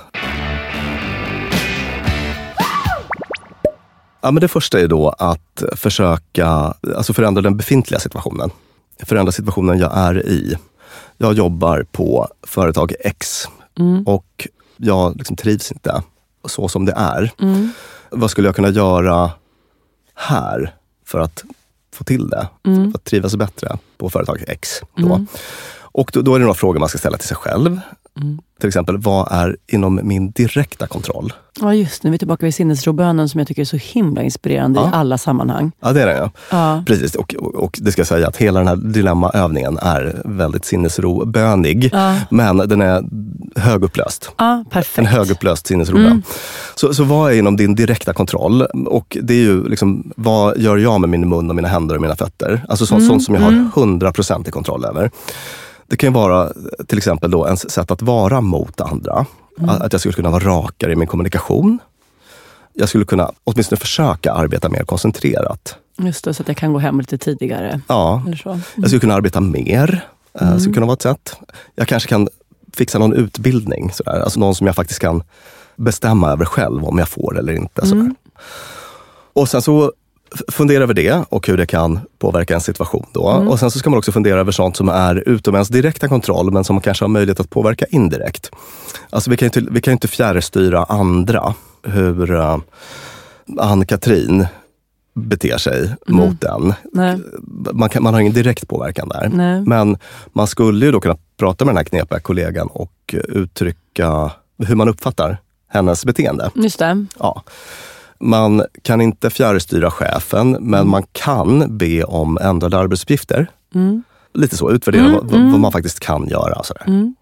Ja, men det första är då att försöka alltså förändra den befintliga situationen. Förändra situationen jag är i. Jag jobbar på företag X mm. och jag liksom trivs inte så som det är. Mm. Vad skulle jag kunna göra här för att få till det. Mm. För att trivas bättre på företag X. Då. Mm. Och då, då är det några frågor man ska ställa till sig själv. Mm. Till exempel, vad är inom min direkta kontroll? Ja, just nu är vi tillbaka vid sinnesrobönen som jag tycker är så himla inspirerande ja. i alla sammanhang. Ja, det är det ja. ja. Precis, och, och, och det ska jag säga att hela den här dilemmaövningen är väldigt sinnesrobönig. Ja. Men den är högupplöst. Ja, perfekt. En högupplöst sinnesrobön. Mm. Så, så vad är inom din direkta kontroll? Och det är ju liksom, vad gör jag med min mun och mina händer och mina fötter? Alltså så, mm. sånt som jag har hundra procent i kontroll över. Det kan ju vara till exempel då ens sätt att vara mot andra. Mm. Att jag skulle kunna vara rakare i min kommunikation. Jag skulle kunna åtminstone försöka arbeta mer koncentrerat. Just det, så att jag kan gå hem lite tidigare. Ja, eller så. Mm. Jag skulle kunna arbeta mer. Mm. Det skulle kunna vara ett sätt. Jag kanske kan fixa någon utbildning. Sådär. Alltså någon som jag faktiskt kan bestämma över själv om jag får eller inte. Sådär. Mm. Och sen så fundera över det och hur det kan påverka en situation då. Mm. Och sen så ska man också fundera över sånt som är utom ens direkta kontroll men som man kanske har möjlighet att påverka indirekt. Alltså vi kan ju inte, vi kan ju inte fjärrstyra andra. Hur uh, Ann-Katrin beter sig mm. mot den. Man, kan, man har ingen direkt påverkan där. Nej. Men man skulle ju då kunna prata med den här knepiga kollegan och uttrycka hur man uppfattar hennes beteende. Just det. Ja. Man kan inte fjärrstyra chefen, men mm. man kan be om ändrade arbetsuppgifter. Mm. Lite så, utvärdera mm. vad, vad man faktiskt kan göra. Sådär. Mm.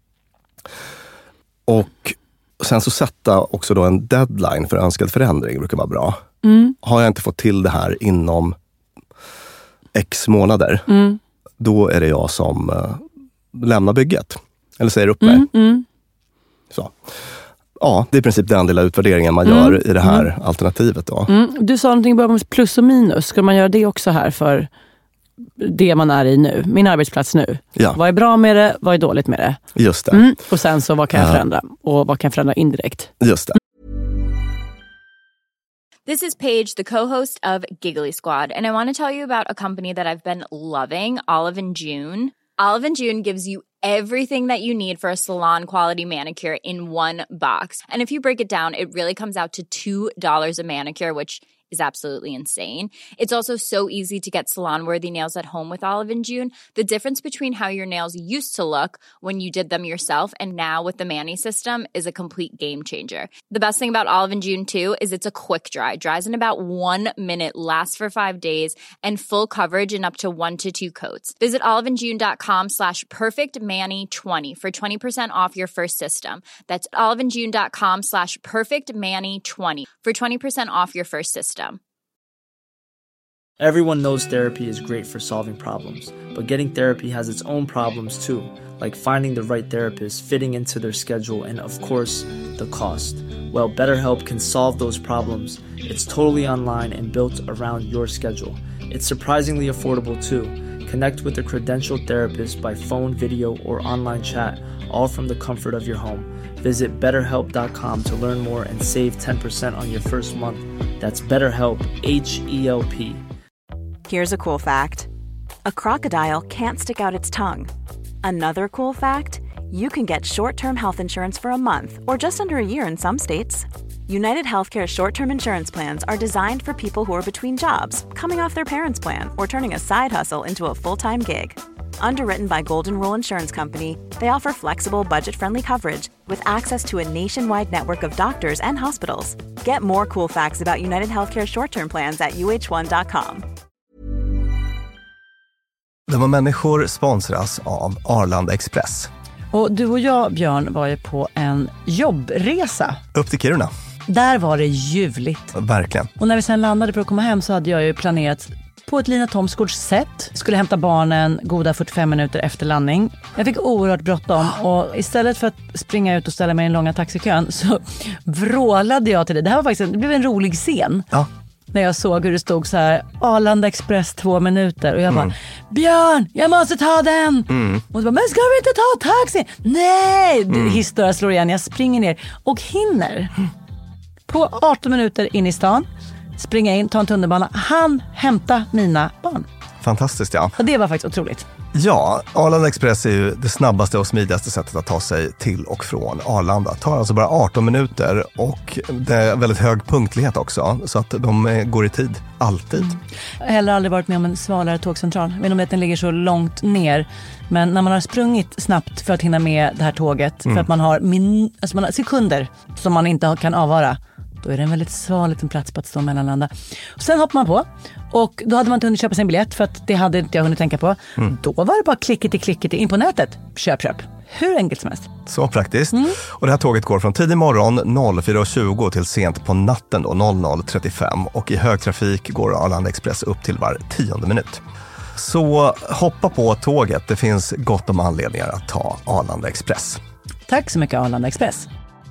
Och sen så sätta också då en deadline för önskad förändring brukar vara bra. Mm. Har jag inte fått till det här inom x månader, mm. då är det jag som uh, lämnar bygget. Eller säger upp mig. Mm. Mm. Så. Ja, det är i princip den lilla utvärderingen man mm. gör i det här mm. alternativet då. Mm. Du sa någonting bara om plus och minus. Ska man göra det också här för det man är i nu? Min arbetsplats nu. Ja. Vad är bra med det? Vad är dåligt med det? Just det. Mm. Och sen så vad kan jag förändra? Och vad kan jag förändra indirekt? Just det. This is Paige, the co-host of Giggly Squad, and I want to tell you about a company that I've been loving, Olive and June. Olive and June gives you everything that you need for a salon quality manicure in one box. And if you break it down, it really comes out to two dollars a manicure, which is absolutely insane. It's also so easy to get salon-worthy nails at home with Olive and June. The difference between how your nails used to look when you did them yourself and now with the Mani system is a complete game changer. The best thing about Olive and June too is it's a quick dry. Dries in about one minute, lasts for five days, and full coverage in up to one to two coats. Visit oliveandjune.com slash perfectmani20 for twenty percent off your first system. That's oliveandjune.com slash perfectmani20 for twenty percent off your first system. Everyone knows therapy is great for solving problems, but getting therapy has its own problems too, like finding the right therapist, fitting into their schedule, and of course, the cost. Well, BetterHelp can solve those problems. It's totally online and built around your schedule. It's surprisingly affordable too. Connect with a credentialed therapist by phone, video, or online chat, all from the comfort of your home. Visit better help dot com to learn more and save ten percent on your first month. That's BetterHelp, H E L P. Here's a cool fact. A crocodile can't stick out its tongue. Another cool fact, you can get short-term health insurance for a month or just under a year in some states. United Healthcare short-term insurance plans are designed for people who are between jobs, coming off their parents' plan, or turning a side hustle into a full-time gig. Underwritten by Golden Rule Insurance Company, they offer flexible, budget-friendly coverage with access to a nationwide network of doctors and hospitals. Get more cool facts about United Healthcare short-term plans at U H one dot com. De här människor sponsras av Arlanda Express. Och du och jag, Björn, var ju på en jobbresa. Upp till Kiruna. Där var det ljuvligt. Verkligen. Och när vi sen landade för att komma hem så hade jag ju planerat på ett Lina Thomsgårds sätt. Skulle hämta barnen goda fyrtiofem minuter efter landning. Jag fick oerhört bråttom och istället för att springa ut och ställa mig i en långa taxikön så vrålade jag till det. Det här var faktiskt en, det blev en rolig scen. Ja. När jag såg hur det stod så här Arlanda Express två minuter och jag bara, mm. Björn, jag måste ta den. Mm. Och så bara, men ska vi inte ta taxi? Nej, mm. Historia slår igen. Jag springer ner och hinner på arton minuter in i stan springa in, ta en tunnelbana, han hämta mina barn. Fantastiskt, ja. Och det var faktiskt otroligt. Ja, Arlanda Express är ju det snabbaste och smidigaste sättet att ta sig till och från Arlanda. Det tar alltså bara arton minuter och det är väldigt hög punktlighet också. Så att de går i tid, alltid. Mm. Jag har heller aldrig varit med om en svalare tågcentral. Jag vet inte om att den ligger så långt ner. Men när man har sprungit snabbt för att hinna med det här tåget, mm. för att man har, min, alltså man har sekunder som man inte kan avvara, då är det en väldigt sval liten plats på att stå mellanlanda. Och sen hoppar man på och då hade man inte hunnit köpa sin biljett för att det hade inte jag hunnit tänka på. Mm. Då var det bara klicket i klicket in på nätet. Köp, köp. Hur enkelt som helst. Så praktiskt. Mm. Och det här tåget går från tidig morgon fyra tjugo till sent på natten då noll noll trettiofem. Och i högtrafik går Arlanda Express upp till var tionde minut. Så hoppa på tåget. Det finns gott om anledningar att ta Arlanda Express. Tack så mycket Arlanda Express.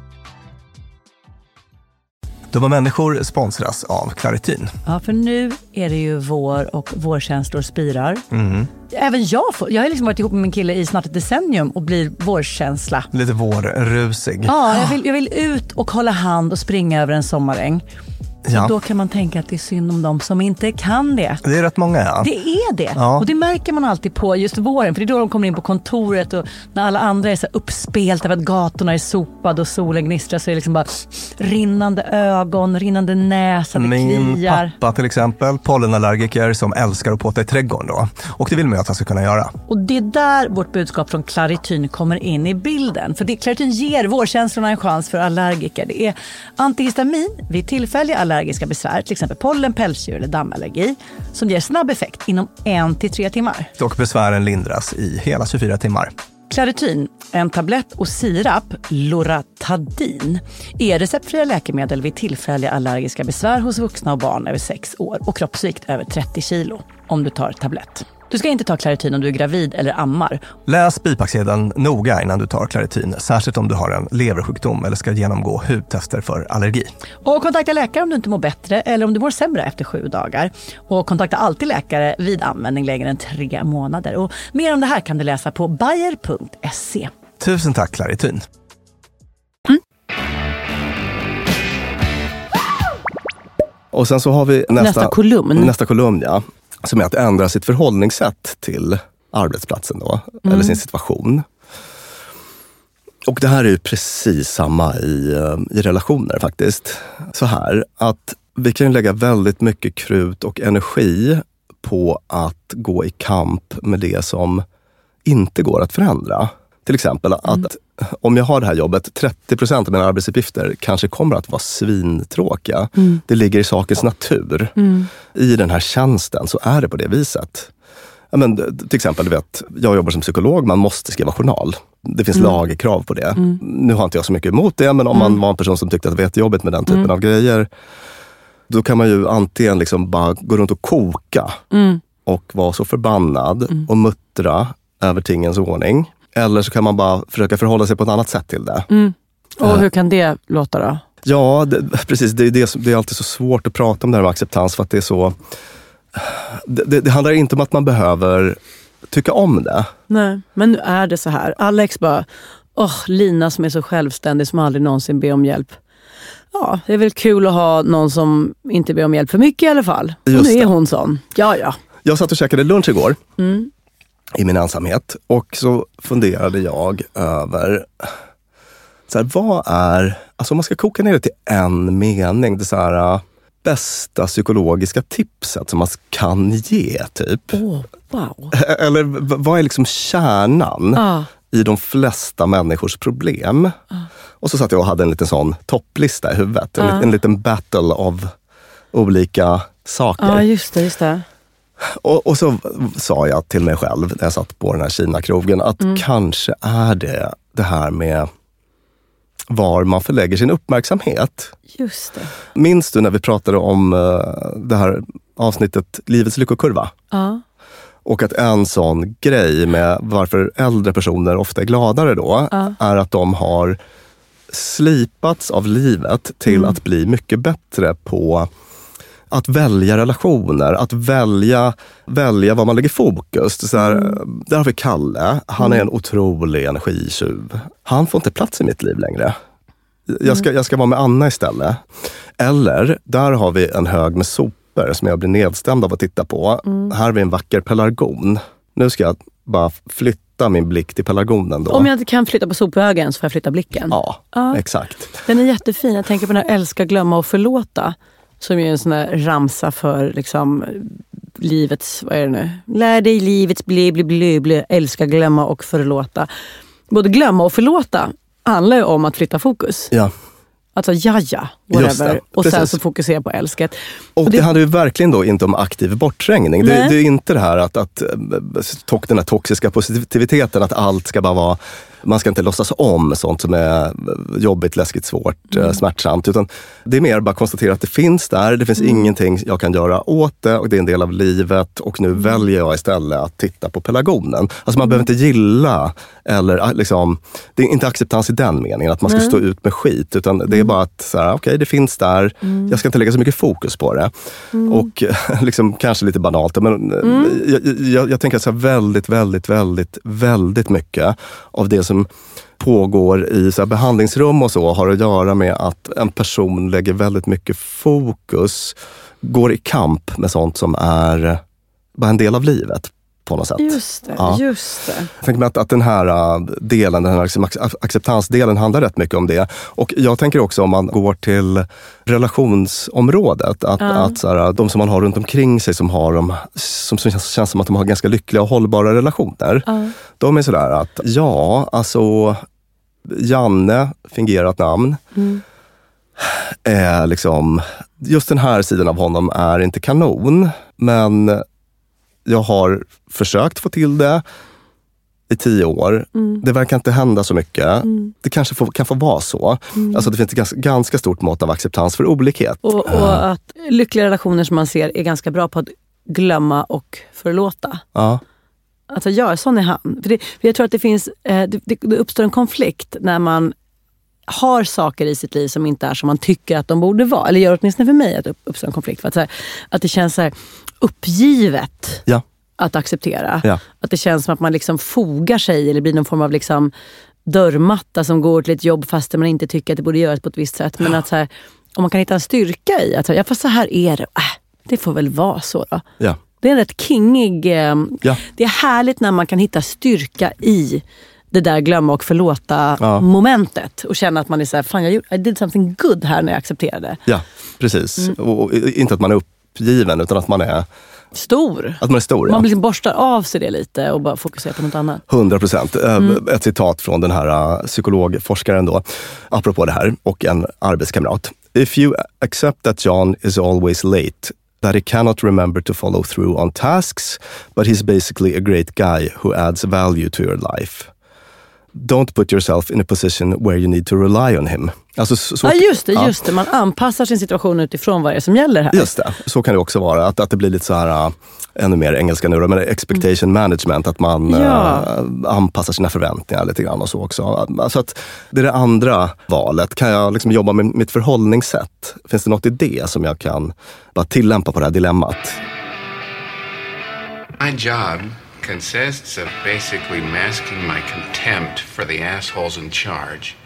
Dumma människor sponsras av Claritin. Ja, för nu är det ju vår och vårkänslor spirar. Mm. Även jag får, jag har liksom varit ihop med min kille i snart ett decennium och blir vårkänsla. Lite vårrusig. Ja, jag vill, jag vill ut och hålla hand och springa över en sommaräng. Ja. Då kan man tänka att det är synd om dem som inte kan det. Det är rätt många, ja. Det är det. Ja. Och det märker man alltid på just våren. För det är då de kommer in på kontoret och när alla andra är så uppspelta för att gatorna är sopade och solen gnistrar så är det liksom bara rinnande ögon, rinnande näsa, det Min kliar. pappa till exempel, pollenallergiker som älskar att påta i trädgården då. Och det vill man ju att han ska kunna göra. Och det är där vårt budskap från Claritin kommer in i bilden. För det, Claritin ger vårkänslorna en chans för allergiker. Det är antihistamin vid tillfälliga allergiker allergiska besvär, till exempel pollen, pälsdjur eller dammallergi, som ger snabb effekt inom en till tre timmar. Och besvären lindras i hela tjugofyra timmar. Claritin, en tablett och sirap, Loratadin, är receptfria läkemedel vid tillfälliga allergiska besvär hos vuxna och barn över sex år och kroppsvikt över trettio kilo om du tar tablett. Du ska inte ta Claritin om du är gravid eller ammar. Läs bipacksedeln noga innan du tar Claritin, särskilt om du har en leversjukdom eller ska genomgå hudtester för allergi. Och kontakta läkare om du inte mår bättre eller om du mår sämre efter sju dagar. Och kontakta alltid läkare vid användning längre än tre månader. Och mer om det här kan du läsa på bayer punkt se. Tusen tack Claritin. Mm. Och sen så har vi nästa, nästa kolumn. Nästa kolumn, ja. Som är att ändra sitt förhållningssätt till arbetsplatsen då, mm. eller sin situation. Och det här är ju precis samma i, i relationer faktiskt. Så här, att vi kan lägga väldigt mycket krut och energi på att gå i kamp med det som inte går att förändra. Till exempel att mm. om jag har det här jobbet, trettio procent av mina arbetsuppgifter kanske kommer att vara svintråkiga. Mm. Det ligger i sakens natur. Mm. I den här tjänsten så är det på det viset. Ja, men, till exempel, du vet, jag jobbar som psykolog, man måste skriva journal. Det finns mm. lagkrav på det. Mm. Nu har inte jag så mycket emot det, men om mm. man var en person som tyckte att det var jättejobbigt med den typen mm. av grejer, då kan man ju antingen liksom bara gå runt och koka mm. och vara så förbannad mm. och muttra över tingens ordning. Eller så kan man bara försöka förhålla sig på ett annat sätt till det. Mm. Och hur kan det låta då? Ja, det, precis. Det är, det, det är alltid så svårt att prata om det här med acceptans för att det är så... Det, det, det handlar inte om att man behöver tycka om det. Nej, men nu är det så här. Alex bara, åh, Lina som är så självständig som aldrig någonsin ber om hjälp. Ja, det är väl kul att ha någon som inte ber om hjälp för mycket i alla fall. Just och nu är det. Hon sån. Ja, ja. Jag satt och käkade lunch igår. Mm. I min ensamhet. Och så funderade jag över så här, vad är, alltså om man ska koka ner det till en mening, det så här bästa psykologiska tipset som man kan ge typ. Oh, wow. Eller vad är liksom kärnan ah. i de flesta människors problem? Ah. Och så satt jag och hade en liten sån topplista i huvudet. En, ah. en liten battle av olika saker. Ja, ah, just det, just det. Och, och så sa jag till mig själv när jag satt på den här Kina-krogen att mm. kanske är det det här med var man förlägger sin uppmärksamhet. Just det. Minns du när vi pratade om uh, det här avsnittet Livets lyckokurva? Ja. Och att en sån grej med varför äldre personer ofta är gladare då ja. är att de har slipats av livet till mm. att bli mycket bättre på att välja relationer, att välja, välja vad man lägger fokus. Så här, mm. Där har vi Kalle, han är en otrolig energitjuv. Han får inte plats i mitt liv längre. Jag ska, jag ska vara med Anna istället. Eller, där har vi en hög med sopor som jag blir nedstämd av att titta på. Mm. Här har vi en vacker pelargon. Nu ska jag bara flytta min blick till pelargonen då. Om jag inte kan flytta på sophögen så får jag flytta blicken. Ja, ja, exakt. Den är jättefin. Jag tänker på den här älska, glömma och förlåta. Som är en sån här ramsa för liksom livets, vad är det nu? Lär dig livets bli, bli, bli, bli, älska, glömma och förlåta. Både glömma och förlåta handlar ju om att flytta fokus. Ja. Alltså jaja, whatever. Och precis. Sen så fokusera på älsket. Och, och det, det handlar ju verkligen då inte om aktiv bortträngning. Det, det är inte det här att, att den här toxiska positiviteten, att allt ska bara vara, man ska inte låtsas om sånt som är jobbigt, läskigt, svårt, mm. smärtsamt. Utan det är mer bara konstatera att det finns där. Det finns mm. ingenting jag kan göra åt det och det är en del av livet. Och nu mm. väljer jag istället att titta på pelargonen. Alltså man mm. behöver inte gilla eller liksom, det är inte acceptans i den meningen att man ska mm. stå ut med skit. Utan det är bara att så här, okej, det finns där. Mm. Jag ska inte lägga så mycket fokus på det. Mm. Och liksom kanske lite banalt. Men mm. jag, jag, jag tänker så här väldigt, väldigt, väldigt, väldigt mycket av det som pågår i så här behandlingsrum och så har att göra med att en person lägger väldigt mycket fokus, går i kamp med sånt som är bara en del av livet på något sätt. Just det, ja. just det. Jag tänker mig att, att den här delen, den här acceptansdelen handlar rätt mycket om det. Och jag tänker också om man går till relationsområdet, att, ja. att så här, de som man har runt omkring sig som har de, som, som känns, känns som att de har ganska lyckliga och hållbara relationer. Ja. De är sådär att, ja, alltså Janne, fingerat namn, mm. är liksom, just den här sidan av honom är inte kanon, men jag har försökt få till det i tio år. Mm. Det verkar inte hända så mycket. Mm. Det kanske får, kan få vara så. Mm. Alltså det finns ett ganska, ganska stort mått av acceptans för olikhet. Och, och att lyckliga relationer som man ser är ganska bra på att glömma och förlåta. Ja. Alltså ja, sån är han. För, det, för jag tror att det finns, eh, det, det uppstår en konflikt när man har saker i sitt liv som inte är som man tycker att de borde vara. Eller gör åtminstone för mig att det uppstår en konflikt. För att, så här, att det känns så här uppgivet ja. att acceptera. Ja. Att det känns som att man liksom fogar sig eller blir någon form av liksom dörrmatta som går till ett jobb fast man inte tycker att det borde göras på ett visst sätt. Men ja. att så här, om man kan hitta en styrka i att ja, fast så här är det. Äh, det får väl vara så då. Ja. Det är en rätt kingig... Eh, ja. Det är härligt när man kan hitta styrka i det där glömma och förlåta ja. momentet. Och känna att man är så här, fan jag gjorde, I did something good här när jag accepterade. Ja, precis. Mm. Och, och inte att man är uppgiven utan att man är... Stor. Att man är stor, ja. Man liksom borstar av sig det lite och bara fokuserar på något annat. hundra procent. Mm. Ett citat från den här psykologforskaren då, apropå det här, och en arbetskamrat. If you accept that John is always late, that he cannot remember to follow through on tasks, but he's basically a great guy who adds value to your life. Don't put yourself in a position where you need to rely on him. Alltså, så, ja, just det, just ja. det. Man anpassar sin situation utifrån vad det är som gäller här. Just det, så kan det också vara. Att, att det blir lite så här, uh, ännu mer engelska nu, men expectation mm. management. Att man ja. uh, anpassar sina förväntningar lite grann och så också. Alltså att det är det andra valet. Kan jag liksom jobba med mitt förhållningssätt? Finns det något i det som jag kan bara tillämpa på det här dilemmat? My job consists of basically masking my contempt for the assholes in charge.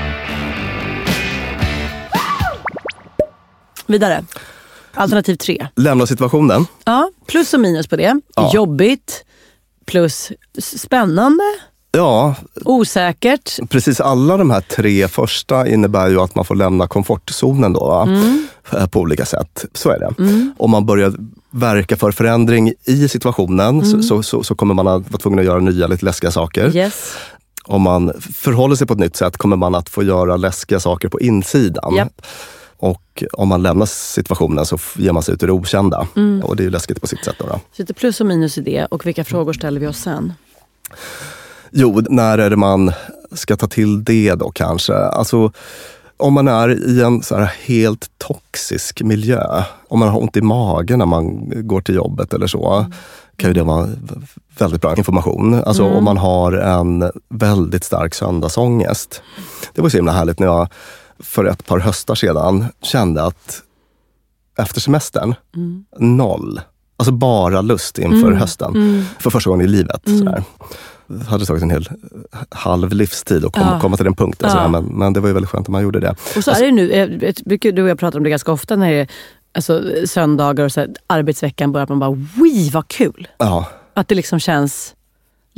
Vidare. Alternativ tre. Lämna situationen. Ja, plus och minus på det. Ja. Jobbigt, plus spännande. Ja. Osäkert. Precis, alla de här tre första innebär ju att man får lämna komfortzonen då, va? Mm. På olika sätt. Så är det. Mm. Om man börjar verka för förändring i situationen mm. så, så, så kommer man att vara tvungen att göra nya, lite läskiga saker. Yes. Om man förhåller sig på ett nytt sätt kommer man att få göra läskiga saker på insidan. Yep. Och om man lämnar situationen så ger man sig ut i det okända. Mm. Och det är ju läskigt på sitt sätt. Då, då. Så lite plus och minus i det. Och vilka frågor ställer vi oss sen? Jo, när är det man ska ta till det då kanske? Alltså, om man är i en så här helt toxisk miljö. Om man har ont i magen när man går till jobbet eller så. Mm. Kan ju det vara väldigt bra information. Alltså mm. om man har en väldigt stark söndagsångest. Det var så himla härligt när jag för ett par höstar sedan kände att efter semestern, mm. noll. Alltså bara lust inför mm. hösten. Mm. För första gången i livet. Mm. Sådär. Det hade tagit en hel halv livstid att komma, ja. komma till den punkten. Ja. Sådär, men, men det var ju väldigt skönt att man gjorde det. Och så alltså, är det nu, brukar du och jag prata om det ganska ofta när det är alltså, söndagar och så här, arbetsveckan börjar att man bara, wii vad kul. Ja. Att det liksom känns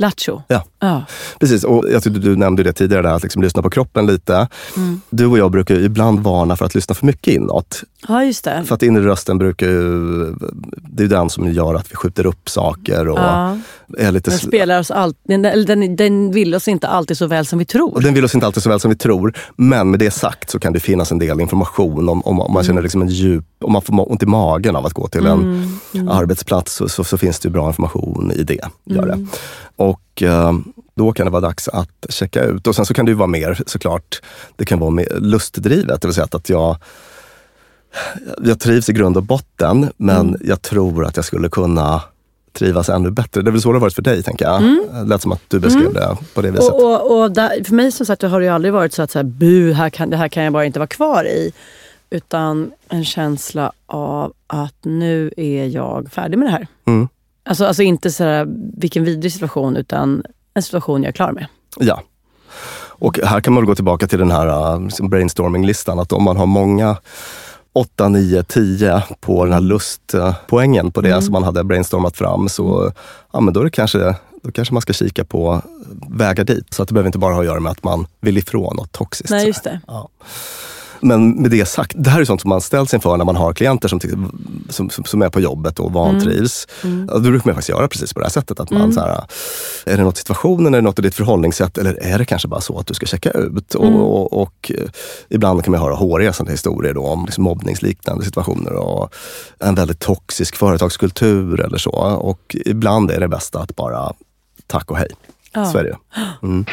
Lattjo. Ja, ja. Precis. Och jag tyckte du nämnde det tidigare, där, att liksom lyssna på kroppen lite. Mm. Du och jag brukar ibland varna för att lyssna för mycket inåt. Ja, just det. För att inre rösten brukar ju, det är den som gör att vi skjuter upp saker och ja. är lite... Den spelar oss allt, den, den, den vill oss inte alltid så väl som vi tror. Och den vill oss inte alltid så väl som vi tror. Men med det sagt så kan det finnas en del information om, om, om man känner liksom en djup, om man får ont i magen av att gå till en mm. Mm. arbetsplats så, så, så finns det ju bra information i det. Gör det. Mm. Och eh, då kan det vara dags att checka ut. Och sen så kan det ju vara mer, såklart, det kan vara mer lustdrivet. Det vill säga att jag, jag trivs i grund och botten, men mm. jag tror att jag skulle kunna trivas ännu bättre. Det är väl så det har varit för dig, tänker jag. Mm. Det lät som att du beskrev mm. det på det viset. Och, och, och där, för mig som sagt har det ju aldrig varit så att så här, bu, här kan, det här kan jag bara inte vara kvar i. Utan en känsla av att nu är jag färdig med det här. Mm. Alltså, alltså inte så här, vilken vidrig situation, utan en situation jag är klar med. Ja. Och här kan man gå tillbaka till den här liksom brainstorming-listan. Att om man har många åtta, nio, tio på den här lustpoängen på det mm. som man hade brainstormat fram, så ja, men då, är det kanske, då kanske man ska kika på vägar dit. Så att det behöver inte bara ha att göra med att man vill ifrån något toxiskt. Nej, just det. Ja. Men med det sagt, det här är sånt som man ställs inför när man har klienter som, som, som är på jobbet och vantrivs. Mm. Mm. Då brukar man faktiskt göra precis på det här sättet. Att man, mm. så här, är det något situationen, är det något i ditt förhållningssätt, eller är det kanske bara så att du ska checka ut? Mm. Och, och, och ibland kan man höra hårresande historier då, om liksom mobbningsliknande situationer och en väldigt toxisk företagskultur eller så. Och ibland är det bästa att bara tack och hej. Ja. Så är det. Mm.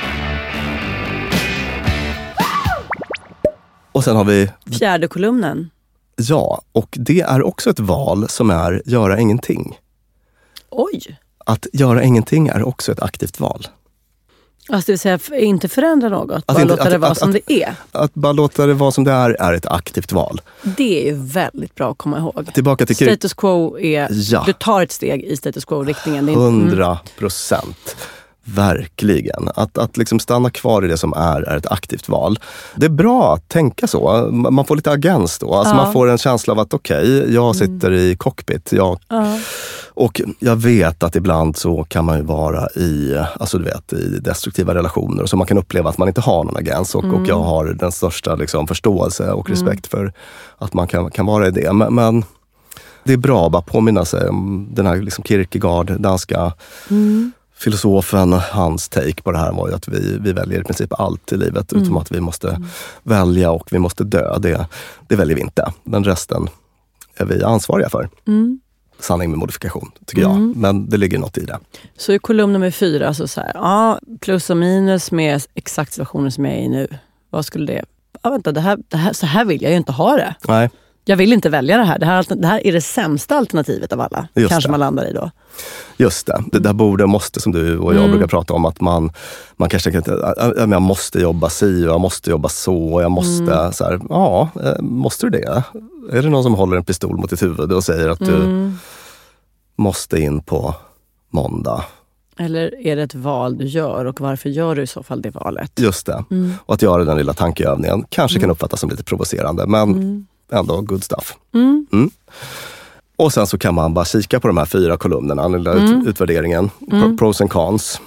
Och sen har vi... Fjärde kolumnen. Ja, och det är också ett val som är göra ingenting. Oj! Att göra ingenting är också ett aktivt val. Alltså det vill säga inte förändra något, att bara inte, låta att, det vara att, som att, det är. Att, att bara låta det vara som det är, är ett aktivt val. Det är ju väldigt bra att komma ihåg. Tillbaka till status quo är, ja. Du tar ett steg i status quo-riktningen. Hundra procent. Verkligen. Att, att liksom stanna kvar i det som är, är ett aktivt val. Det är bra att tänka så. Man får lite agens då. Alltså ja. Man får en känsla av att okej, okay, jag sitter mm. i cockpit. Jag, ja. Och jag vet att ibland så kan man ju vara i, alltså du vet, i destruktiva relationer. Så man kan uppleva att man inte har någon agens. Och, mm. och jag har den största liksom, förståelse och respekt mm. för att man kan, kan vara i det. Men, men det är bra att bara påminna sig om den här liksom, Kierkegaard, danska... Mm. filosofen, hans take på det här var ju att vi, vi väljer i princip allt i livet mm. utom att vi måste mm. välja och vi måste dö. Det, det väljer vi inte. Men resten är vi ansvariga för. Mm. Sanning med modifikation, tycker mm. jag. Men det ligger något i det. Så i kolumn nummer fyra, så, så här, ja, plus och minus med exakt situationen som jag är i nu. Vad skulle det... Ja, vänta, det här, det här, så här vill jag ju inte ha det. Nej. Jag vill inte välja det här. Det här, det här är det sämsta alternativet av alla. Just kanske det. Man landar i då. Just det. Det där borde, måste, som du och jag mm. brukar prata om, att man, man kanske kan jag måste jobba si och jag måste jobba så och jag måste, mm. så här, ja, måste du det? Är det någon som håller en pistol mot ditt huvud och säger att mm. du måste in på måndag? Eller är det ett val du gör och varför gör du i så fall det valet? Just det. Mm. Och att göra den lilla tankeövningen kanske mm. kan uppfattas som lite provocerande, men mm. ändå good stuff. Mm. Mm. Och sen så kan man bara kika på de här fyra kolumnerna, eller mm. utvärderingen, mm. pros and cons.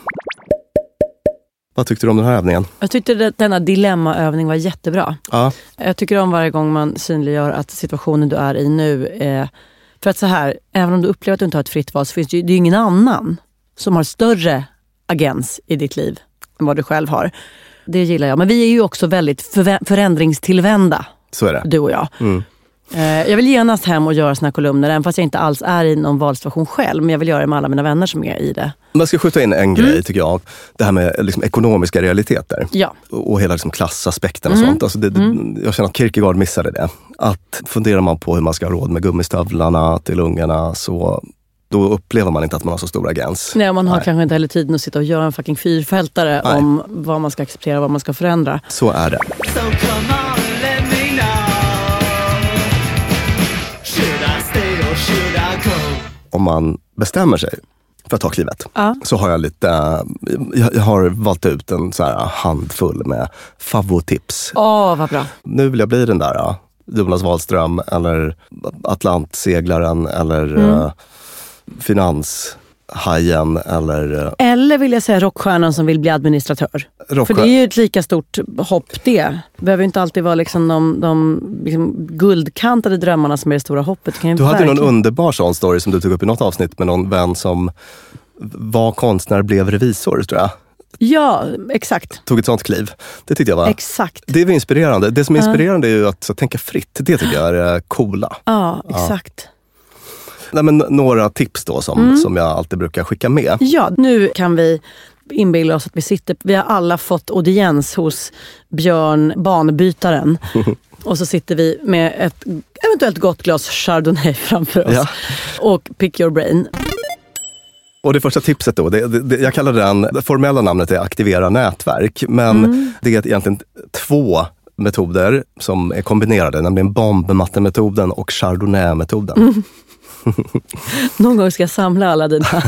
Vad tyckte du om den här övningen? Jag tyckte att denna dilemmaövning var jättebra. Ja. Jag tycker om varje gång man synliggör att situationen du är i nu är... För att så här, även om du upplever att du inte har ett fritt val, så finns det ju, det är ju ingen annan som har större agens i ditt liv än vad du själv har. Det gillar jag. Men vi är ju också väldigt för, förändringstillvända. Så är det. Du och jag. Mm. Jag vill genast hem och göra såna här kolumner, även fast jag inte alls är i någon valsituation själv. Men jag vill göra det med alla mina vänner som är i det. Man ska skjuta in en mm. grej, tycker jag. Det här med liksom ekonomiska realiteter. Ja. Och hela liksom klassaspekten och mm. sånt. Alltså det, mm. Jag känner att Kierkegaard missade det. Att funderar man på hur man ska ha råd med gummistövlarna till ungarna, så... då upplever man inte att man har så stor agens. Nej, man har Nej. kanske inte heller tiden att sitta och göra en fucking fyrfältare Nej. om vad man ska acceptera och vad man ska förändra. Så är det. So come on, let me know. Should I stay or should I go? Om man bestämmer sig för att ta klivet, ja. så har jag lite, jag, jag har valt ut en så här handfull med favotips. Åh, oh, vad bra. Nu vill jag bli den där Jonas Wahlström eller Atlantseglaren eller mm. uh, finans hajen eller... Eller vill jag säga rockstjärnan som vill bli administratör. Rockstjärn... För det är ju ett lika stort hopp det. Det behöver ju inte alltid vara liksom de, de liksom guldkantade drömmarna som är det stora hoppet. Kan du hade verkligen... någon underbar sån story som du tog upp i något avsnitt med någon vän som var konstnär, blev revisor, tror jag. Ja, exakt. Tog ett sånt kliv. Det tyckte jag var... Exakt. Det är inspirerande. Det som är inspirerande uh. är ju att så, tänka fritt. Det tycker jag är coola. Ja, exakt. Ja. Nej, men några tips då som, mm. som jag alltid brukar skicka med. Ja, nu kan vi inbilla oss att vi sitter... Vi har alla fått audiens hos Björn, banbytaren. Och så sitter vi med ett eventuellt gott glas Chardonnay framför oss. Ja. Och pick your brain. Och det första tipset då, det, det, jag kallar den, det formella namnet är aktivera nätverk. Men mm. det är egentligen två metoder som är kombinerade, nämligen bombmattemetoden och Chardonnay-metoden. Mm. Någon gång ska jag samla alla dina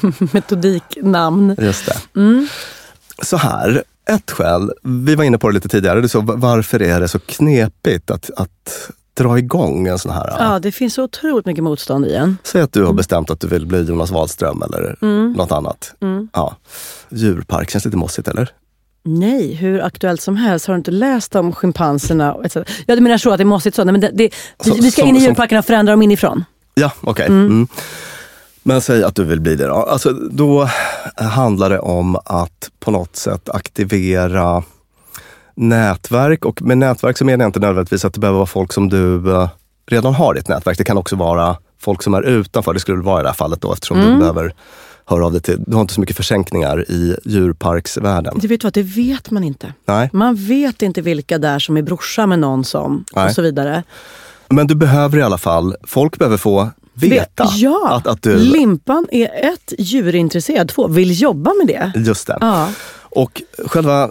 metodiknamn. Just det. Mm. Så här, ett skäl, vi var inne på det lite tidigare, det är så, varför är det så knepigt att, att dra igång en sån här... Ja, det finns så otroligt mycket motstånd i en. Säg att du har bestämt att du vill bli Jonas Wahlström eller mm. något annat. Mm. Ja. Djurpark, känns lite mossigt, eller? Nej, hur aktuellt som helst. Har du inte läst om schimpanserna? Ja, du menar så att det är mossigt så. Nej, men det, det, så, vi ska in i djurparkerna och förändra dem inifrån. Ja, okej. Okay. Mm. Mm. Men säg att du vill bli det då. Alltså, då handlar det om att på något sätt aktivera nätverk. Och med nätverk så menar jag inte nödvändigtvis att det behöver vara folk som du redan har i ett nätverk. Det kan också vara folk som är utanför. Det skulle vara i det här fallet då, eftersom mm. du behöver höra av dig till. Du har inte så mycket försänkningar i djurparksvärlden. Du vet vad, det vet man inte. Nej. Man vet inte vilka där som är brorsa med någon som Nej. Och så vidare. Men du behöver i alla fall, folk behöver få veta ja, att, att du... Limpan är ett, djurintresserad, två, vill jobba med det. Just det. Ja. Och själva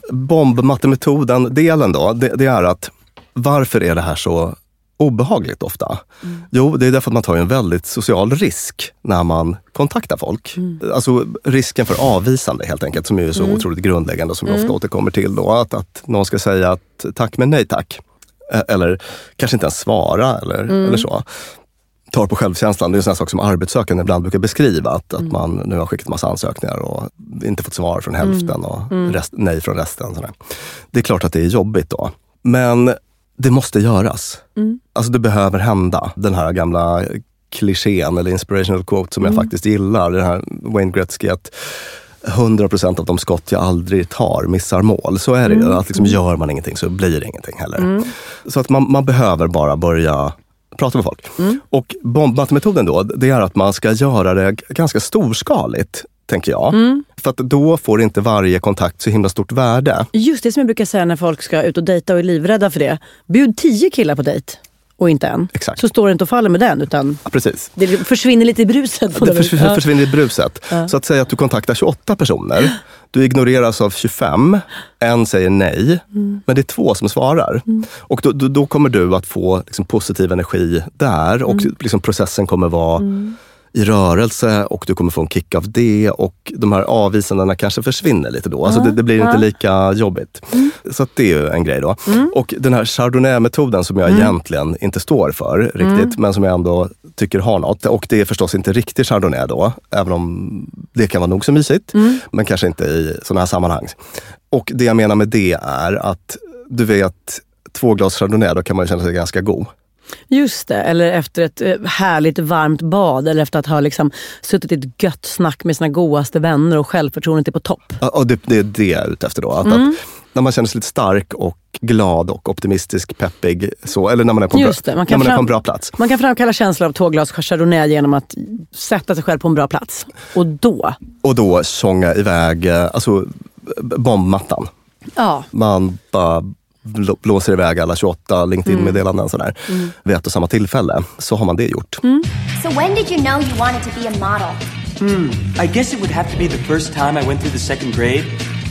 bombmattemetoden-delen då, det, det är att varför är det här så obehagligt ofta? Mm. Jo, det är därför att man tar en väldigt social risk när man kontaktar folk. Mm. Alltså risken för avvisande helt enkelt, som är så mm. otroligt grundläggande och som mm. jag ofta återkommer till då. Att, att någon ska säga att tack men nej tack. Eller kanske inte ens svara eller, mm. eller så. Tar på självkänslan. Det är en sån sak som arbetssökande ibland brukar beskriva. Att, mm. att man nu har skickat massa ansökningar och inte fått svar från hälften mm. och mm. rest, nej från resten. Sådär. Det är klart att det är jobbigt då. Men det måste göras. Mm. Alltså det behöver hända. Den här gamla klichén eller inspirational quote som mm. jag faktiskt gillar. Den här Wayne Gretzky att hundra procent av de skott jag aldrig tar missar mål. Så är det ju. Mm. Att liksom gör man ingenting så blir det ingenting heller. Mm. Så att man, man behöver bara börja prata med folk. Mm. Och bombmattemetoden då, det är att man ska göra det ganska storskaligt, tänker jag. Mm. För att då får inte varje kontakt så himla stort värde. Just det som jag brukar säga när folk ska ut och dejta och är livrädda för det. Bjud tio killar på dejt. Och inte en. Exakt. Så står det inte och faller med den, utan ja, precis. Det försvinner lite i bruset. Det försvinner, ja. försvinner i bruset. Ja. Så att säga att du kontaktar tjugoåtta personer. Du ignoreras av tjugofem. En säger nej. Mm. Men det är två som svarar. Mm. Och då, då, då kommer du att få liksom, positiv energi där. Och mm. liksom, processen kommer vara mm. i rörelse. Och du kommer få en kick av det. Och de här avvisandena kanske försvinner lite då. Alltså ja. det, det blir ja. inte lika jobbigt. Mm. Så att det är ju en grej då. Mm. Och den här Chardonnay-metoden som jag mm. egentligen inte står för riktigt. Mm. Men som jag ändå tycker har något. Och det är förstås inte riktigt Chardonnay då. Även om det kan vara nog så mysigt. Mm. Men kanske inte i sådana här sammanhang. Och det jag menar med det är att du vet, två glas Chardonnay, då kan man ju känna sig ganska god. Just det, eller efter ett härligt varmt bad. Eller efter att ha liksom suttit i ett gött snack med sina godaste vänner och självförtroendet är på topp. Ja, och det, det är det jag är ute efter då. Att, mm. att när man känner sig lite stark och glad och optimistisk, peppig. Så, eller när man är på, Just bra, det, man kan när man fram, är på en bra plats. Man kan framkalla känslor av två glas Chardonnay genom att sätta sig själv på en bra plats. Och då? Och då sånga iväg alltså, bombmattan. Ja. Man bara blåser iväg alla tjugoåtta LinkedIn-meddelanden sådär. Mm. Vid ett och samma tillfälle. Så har man det gjort. Mm. So when did you know you wanted to be a model? Hmm, I guess it would have to be the first time I went through the second grade.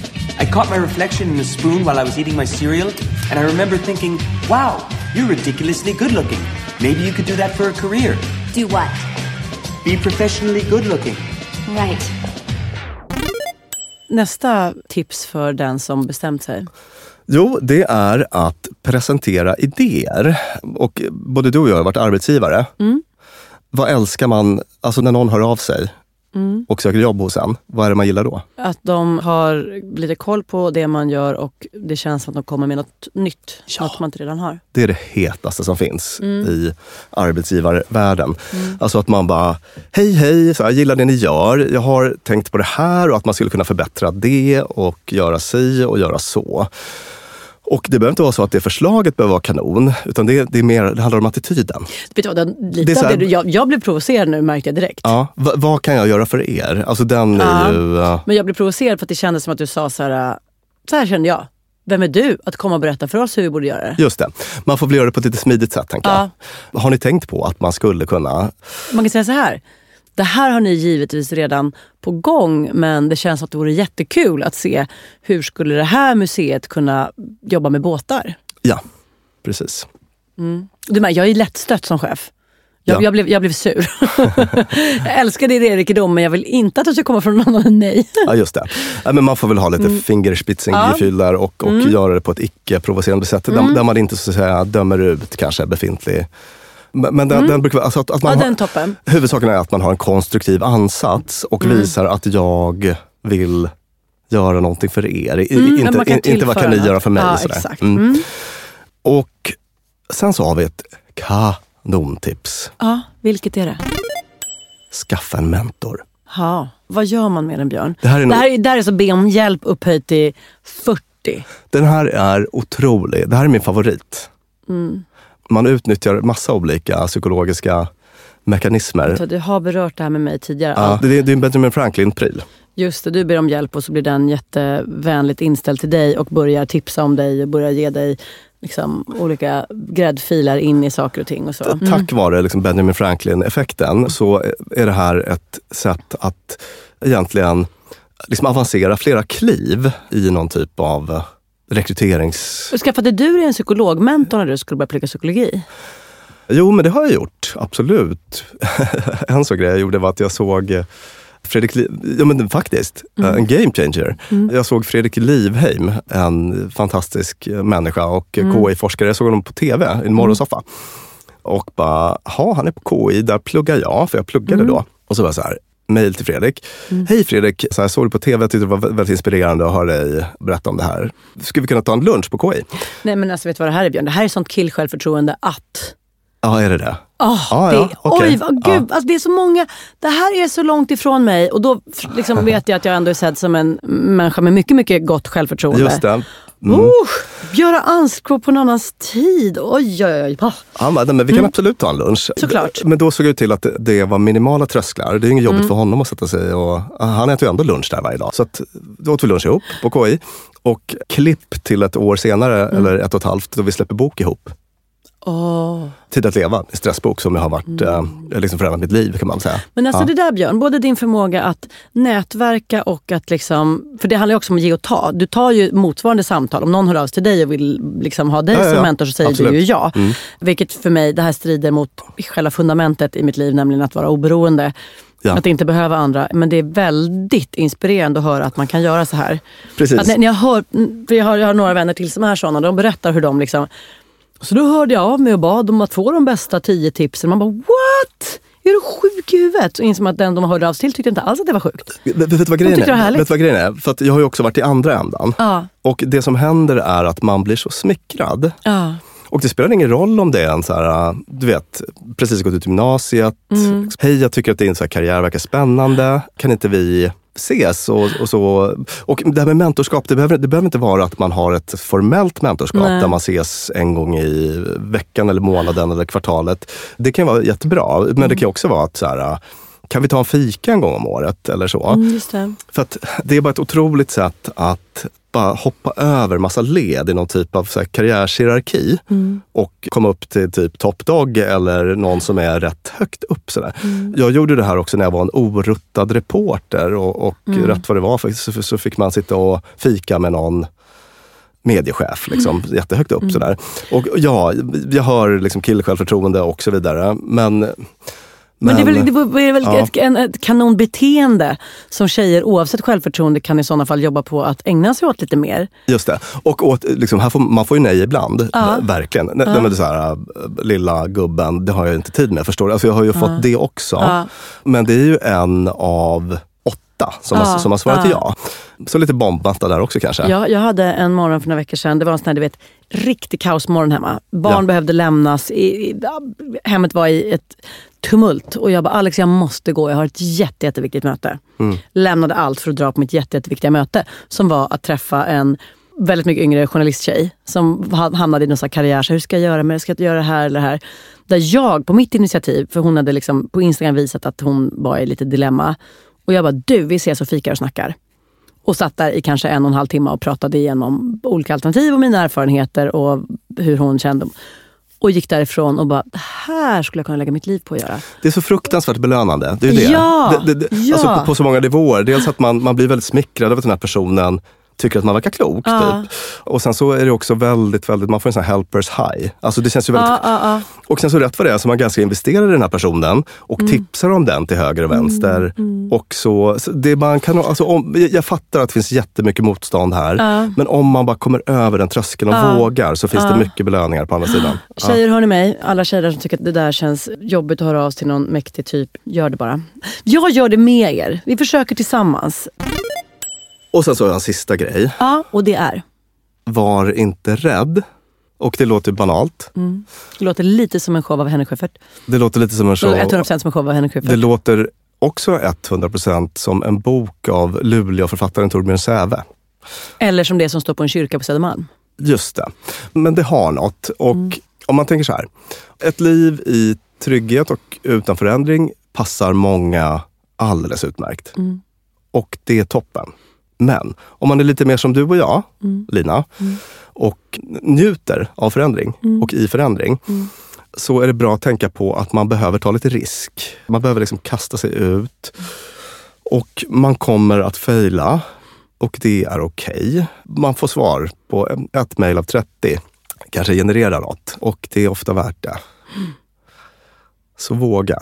I caught my reflection in a spoon while I was eating my cereal, and I remember thinking, wow, you're ridiculously good looking. Maybe you could do that for a career. Do what? Be professionally good looking. Right. Nästa tips för den som bestämt sig. Jo, det är att presentera idéer. Och både du och jag har varit arbetsgivare. Mm. Vad älskar man, alltså när någon hör av sig? Mm. och söker jobb hos en, vad är det man gillar då? Att de har lite koll på det man gör och det känns som att de kommer med något nytt, ja. Något man inte redan har. Det är det hetaste som finns mm. i arbetsgivarvärlden. Mm. Alltså att man bara, hej hej, så jag gillar det ni gör, jag har tänkt på det här och att man skulle kunna förbättra det och göra si och göra så. Och det behöver inte vara så att det förslaget behöver vara kanon, utan det, det, är mer, det handlar om attityden. Vet du vad, den, lite det är så här, av det, jag, jag blev provocerad nu, märkte jag direkt. Ja, v- vad kan jag göra för er? Alltså den är ja, ju... Uh... Men jag blev provocerad för att det kändes som att du sa så här, så här kände jag. Vem är du att komma och berätta för oss hur vi borde göra det? Just det. Man får väl göra det på ett lite smidigt sätt, tänker ja. jag. Har ni tänkt på att man skulle kunna... Man kan säga så här. Det här har ni givetvis redan på gång, men det känns att det vore jättekul att se hur skulle det här museet kunna jobba med båtar. Ja, precis. Mm. Du med, jag är lättstött som chef. Jag, ja. jag, blev, jag blev sur. Jag älskar din rikedom, men jag vill inte att det ska komma från någon annan än nej. Ja, just det. Ja, men man får väl ha lite mm. fingerspitzengefühl där och, och mm. göra det på ett icke-provocerande sätt. Mm. Där, där man inte så att säga dömer ut kanske befintlig... Men den, mm. den brukar, alltså att, att man ja, har, den toppen. huvudsaken är att man har en konstruktiv ansats och mm. visar att jag vill göra någonting för er. Mm, inte, in, inte vad kan ni göra för mig? Ja, sådär. Exakt. Mm. Mm. Och sen så har vi ett kanontips. Ja, vilket är det? Skaffa en mentor. Ja, vad gör man med en björn? Det här är, det här är, det här är så be om hjälp upphöjt till fyrtio. Den här är otrolig. Det här är min favorit. Mm. Man utnyttjar massa olika psykologiska mekanismer. Så du har berört det här med mig tidigare. Ja, det, är, det är en Benjamin Franklin-pryl. Just det, du ber om hjälp och så blir den jättevänligt inställd till dig och börjar tipsa om dig och börjar ge dig liksom, olika gräddfiler in i saker och ting och så. Mm. Tack vare liksom Benjamin Franklin-effekten så är det här ett sätt att egentligen liksom avancera flera kliv i någon typ av rekryterings... Skaffade du dig en psykologmentor när du skulle börja plugga psykologi? Jo, men det har jag gjort. Absolut. En så grej jag gjorde var att jag såg Fredrik Liv... Ja, men faktiskt. Mm. En game changer. Mm. Jag såg Fredrik Livheim, en fantastisk människa och mm. K I-forskare. Jag såg honom på tv i en morgonsoffa. Mm. Och bara, ja, han är på K I, där pluggar jag. För jag pluggade mm. då. Och så var jag så här... Mejl till Fredrik. Mm. Hej Fredrik, så jag såg det på tv, jag tyckte det var väldigt inspirerande att höra dig berätta om det här. Skulle vi kunna ta en lunch på K I? Nej, men alltså vet du vad det här är, Björn? Det här är sånt killsjälvförtroende att... Ja, är det det? Oh, ah, det ja, okay. Oj, vad, gud, ja. Alltså det är så många... Det här är så långt ifrån mig och då liksom vet jag att jag ändå är sedd som en människa med mycket, mycket gott självförtroende. Just det. Mm. Uh, göra anspråk på en annans tid. Oj, oj, oj. Ja, men vi kan mm. absolut ta en lunch. Såklart. Men då såg det till att det var minimala trösklar. Det är inget jobbigt mm. för honom att sätta sig. Och, han äter ju ändå lunch där varje dag. Så att, då åt vi lunch ihop på K I. Och klipp till ett år senare, mm. eller ett och ett halvt, då vi släpper bok ihop. Oh. Tid att leva, en stressbok som jag har varit, mm. eh, liksom förändrat mitt liv kan man säga. Men alltså ja. det där, Björn, både din förmåga att nätverka och att liksom, för det handlar ju också om att ge och ta. Du tar ju motsvarande samtal. Om någon hör av sig till dig och vill liksom ha dig ja, ja, som mentor så säger absolut. Du ju ja. Mm. Vilket för mig, det här strider mot själva fundamentet i mitt liv, nämligen att vara oberoende. Ja. Att inte behöva andra. Men det är väldigt inspirerande att höra att man kan göra så här. Precis. Att när jag, hör, för jag, har, jag har några vänner till som är sådana. De berättar hur de liksom... Så då hörde jag av mig och bad om att få de bästa tio tipsen. Man bara, what? Är du sjuk i huvudet? Så insåg man att den de hörde av sig till tyckte inte alls att det var sjukt. Vet du vad grejen är? Vet vad grejen är? För att jag har ju också varit i andra ändan. Ja. Och det som händer är att man blir så smickrad. Ja. Och det spelar ingen roll om det är en så här, du vet, precis gått ut gymnasiet. Mm. Hej, jag tycker att din så här karriär verkar spännande. Kan inte vi ses? Och, och, så. Och det här med mentorskap, det behöver, det behöver inte vara att man har ett formellt mentorskap. Nej. Där man ses en gång i veckan eller månaden eller kvartalet. Det kan vara jättebra, men mm. det kan också vara att så här, kan vi ta en fika en gång om året eller så? Mm, just det. För att det är bara ett otroligt sätt att bara hoppa över massa led i någon typ av så här karriärshierarki mm. och komma upp till typ top dog eller någon som är rätt högt upp. Sådär. Mm. Jag gjorde det här också när jag var en oruttad reporter och, och mm. rätt vad det var så, så fick man sitta och fika med någon mediechef liksom, mm. jättehögt upp. Mm. Sådär. Och ja, jag har liksom killsjälvförtroende och så vidare, men Men, men det är väl, det är väl ja. ett, en, ett kanonbeteende som tjejer oavsett självförtroende kan i sådana fall jobba på att ägna sig åt lite mer. Just det. Och åt, liksom, här får, man får ju nej ibland. Ja. Verkligen. Ja. Nej, men det är så här, lilla gubben, det har jag inte tid med, förstår du? Alltså, jag har ju ja. fått det också. Ja. Men det är ju en av åtta som, ja. har, som har svarat ja. till ja. Så lite bombmatta där också kanske. Ja, jag hade en morgon för några veckor sedan. Det var en sån här, du vet, riktig kaosmorgon hemma. Barn ja. behövde lämnas. I, i, hemmet var i ett tumult. Och jag bara, Alex, jag måste gå. Jag har ett jätte, jätteviktigt möte. Mm. Lämnade allt för att dra på mitt jätte, jätteviktiga möte. Som var att träffa en väldigt mycket yngre journalisttjej. Som hamnade i någon sån här karriär. Så hur ska jag göra med det? Ska jag göra det här eller det här? Där jag, på mitt initiativ, för hon hade liksom på Instagram visat att hon var i lite dilemma. Och jag bara, du, vi ses och fikar och snackar. Och satt där i kanske en och en halv timme och pratade igenom olika alternativ och mina erfarenheter och hur hon kände. Och gick därifrån och bara, det här skulle jag kunna lägga mitt liv på att göra. Det är så fruktansvärt belönande. Det är det. Ja, det, det, det, ja. Alltså på, på så många nivåer. Dels att man, man blir väldigt smickrad av att den här personen tycker att man verkar klok. Ja. Typ. Och sen så är det också väldigt, väldigt, man får en sån här helpers high. Alltså det känns ju väldigt... Ja, ja, ja. Och sen så rätt vad det är så man ganska investerar i den här personen och mm. tipsar om den till höger och vänster. Mm. Mm. Och så, så det man kan, alltså om, jag fattar att det finns jättemycket motstånd här. Ja. Men om man bara kommer över den tröskeln och ja. vågar så finns ja. det mycket belöningar på andra sidan. Tjejer, ja. hör ni mig? Alla tjejer som tycker att det där känns jobbigt att höra av till någon mäktig typ, gör det bara. Jag gör det med er. Vi försöker tillsammans. Och sen så har jag en sista grej. Ja, och det är? Var inte rädd. Och det låter banalt. Mm. Det låter lite som en show av Henrik Schyffert. Det låter lite som en show. hundra procent som en show av Henrik Schyffert. Det låter också hundra procent som en bok av Luleå-författaren Torbjörn Säve. Eller som det som står på en kyrka på Södermalm. Just det. Men det har något. Och mm. om man tänker så här. Ett liv i trygghet och utan förändring passar många alldeles utmärkt. Mm. Och det är toppen. Men om man är lite mer som du och jag, mm. Lina, mm. och njuter av förändring mm. och i förändring, mm. så är det bra att tänka på att man behöver ta lite risk. Man behöver liksom kasta sig ut. Och man kommer att fejla. Och det är okej. Okay. Man får svar på ett mejl av trettio. Kanske genererar något. Och det är ofta värt det. Mm. Så våga.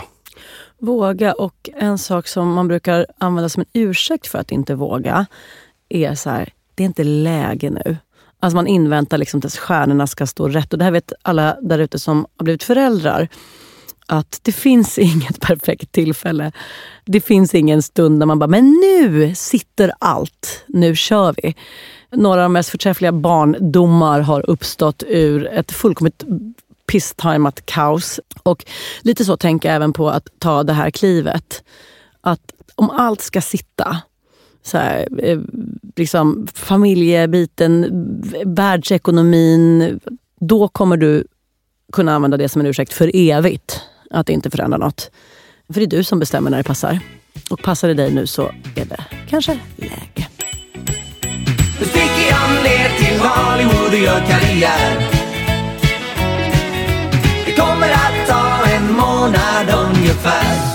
Våga, och en sak som man brukar använda som en ursäkt för att inte våga är så här, det är inte läge nu. Alltså man inväntar liksom tills stjärnorna ska stå rätt. Och det här vet alla där ute som har blivit föräldrar, att det finns inget perfekt tillfälle. Det finns ingen stund där man bara, men nu sitter allt. Nu kör vi. Några av de mest förträffliga barndomar har uppstått ur ett fullkomligt pisstajmat kaos. Och lite så tänker jag även på att ta det här klivet. Att om allt ska sitta, så här, liksom familjebiten, världsekonomin, då kommer du kunna använda det som en ursäkt för evigt att inte förändra något. För det är du som bestämmer när det passar. Och passar det dig nu så är det kanske läge. Nu sticker jag ner till Hollywood och gör karriär. Det kommer att ta en månad ungefär.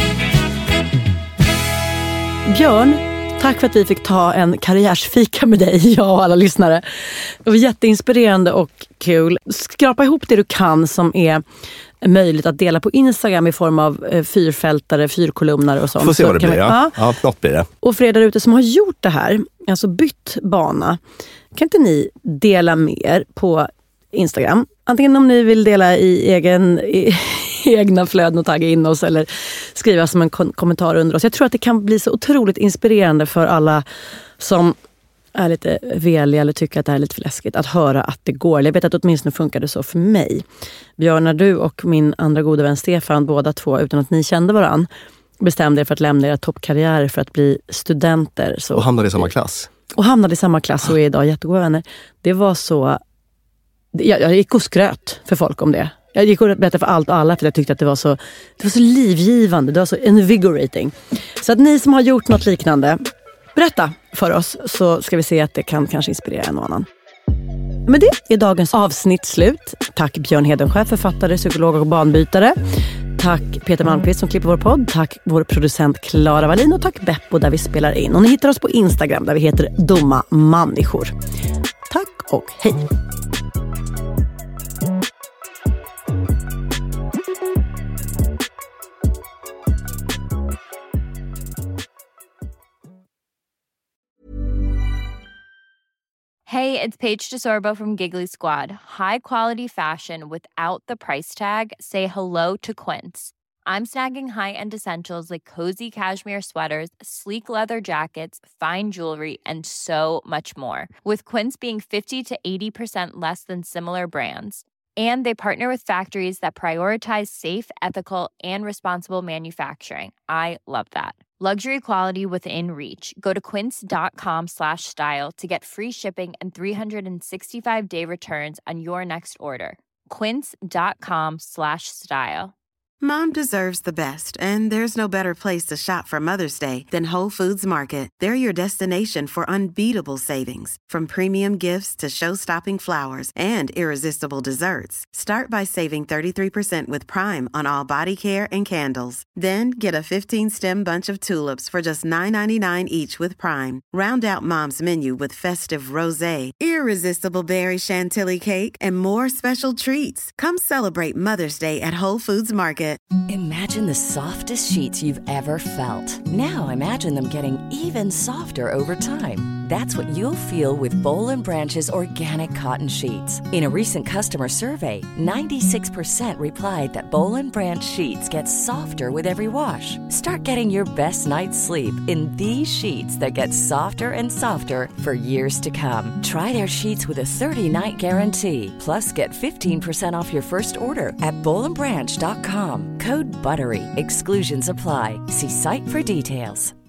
Björn, tack för att vi fick ta en karriärsfika med dig, jag och alla lyssnare. Det var jätteinspirerande och kul. Skrapa ihop det du kan som är möjligt att dela på Instagram i form av fyrfältare, fyrkolumnare och sånt. Får se vad det så blir, man, ja. Ja, något blir det. Och för er där ute som har gjort det här, alltså bytt bana, kan inte ni dela mer på Instagram? Antingen om ni vill dela i egen... I, egna flöden och tagga in oss eller skriva som en kom- kommentar under oss. Jag tror att det kan bli så otroligt inspirerande för alla som är lite veliga eller tycker att det här är lite för läskigt att höra att det går. Jag vet att åtminstone funkar det så för mig. Björn, när du och min andra goda vän Stefan, båda två utan att ni kände varann, bestämde er för att lämna era toppkarriärer för att bli studenter. Så, och hamnade i samma klass. Och hamnade i samma klass och är idag jättegoda vänner. Det var så... Jag, jag gick och skröt för folk om det. Jag gick och berättade för allt och alla för jag tyckte att det var så, det var så livgivande, det var så invigorating. Så att ni som har gjort något liknande, berätta för oss så ska vi se att det kan kanske inspirera en och annan. Men det är dagens avsnitt slut. Tack Björn Hedensjö, författare, psykolog och banbytare. Tack Peter Malmqvist som klipper vår podd. Tack vår producent Clara Wallin och tack Beppo där vi spelar in. Och ni hittar oss på Instagram där vi heter Dumma Människor. Tack och hej! Hey, it's Paige DeSorbo from Giggly Squad. High quality fashion without the price tag. Say hello to Quince. I'm snagging high-end essentials like cozy cashmere sweaters, sleek leather jackets, fine jewelry, and so much more. With Quince being fifty to eighty percent less than similar brands. And they partner with factories that prioritize safe, ethical, and responsible manufacturing. I love that. Luxury quality within reach. Go to quince.com slash style to get free shipping and three sixty-five day returns on your next order. Quince.com slash style. Mom deserves the best, and there's no better place to shop for Mother's Day than Whole Foods Market. They're your destination for unbeatable savings, from premium gifts to show-stopping flowers and irresistible desserts. Start by saving thirty-three percent with Prime on all body care and candles. Then get a fifteen-stem bunch of tulips for just nine ninety-nine each with Prime. Round out Mom's menu with festive rosé, irresistible berry chantilly cake, and more special treats. Come celebrate Mother's Day at Whole Foods Market. Imagine the softest sheets you've ever felt. Now imagine them getting even softer over time. That's what you'll feel with Boll and Branch's organic cotton sheets. In a recent customer survey, ninety-six percent replied that Boll and Branch sheets get softer with every wash. Start getting your best night's sleep in these sheets that get softer and softer for years to come. Try their sheets with a thirty-night guarantee. Plus, get fifteen percent off your first order at boll and branch dot com. Code BUTTERY. Exclusions apply. See site for details.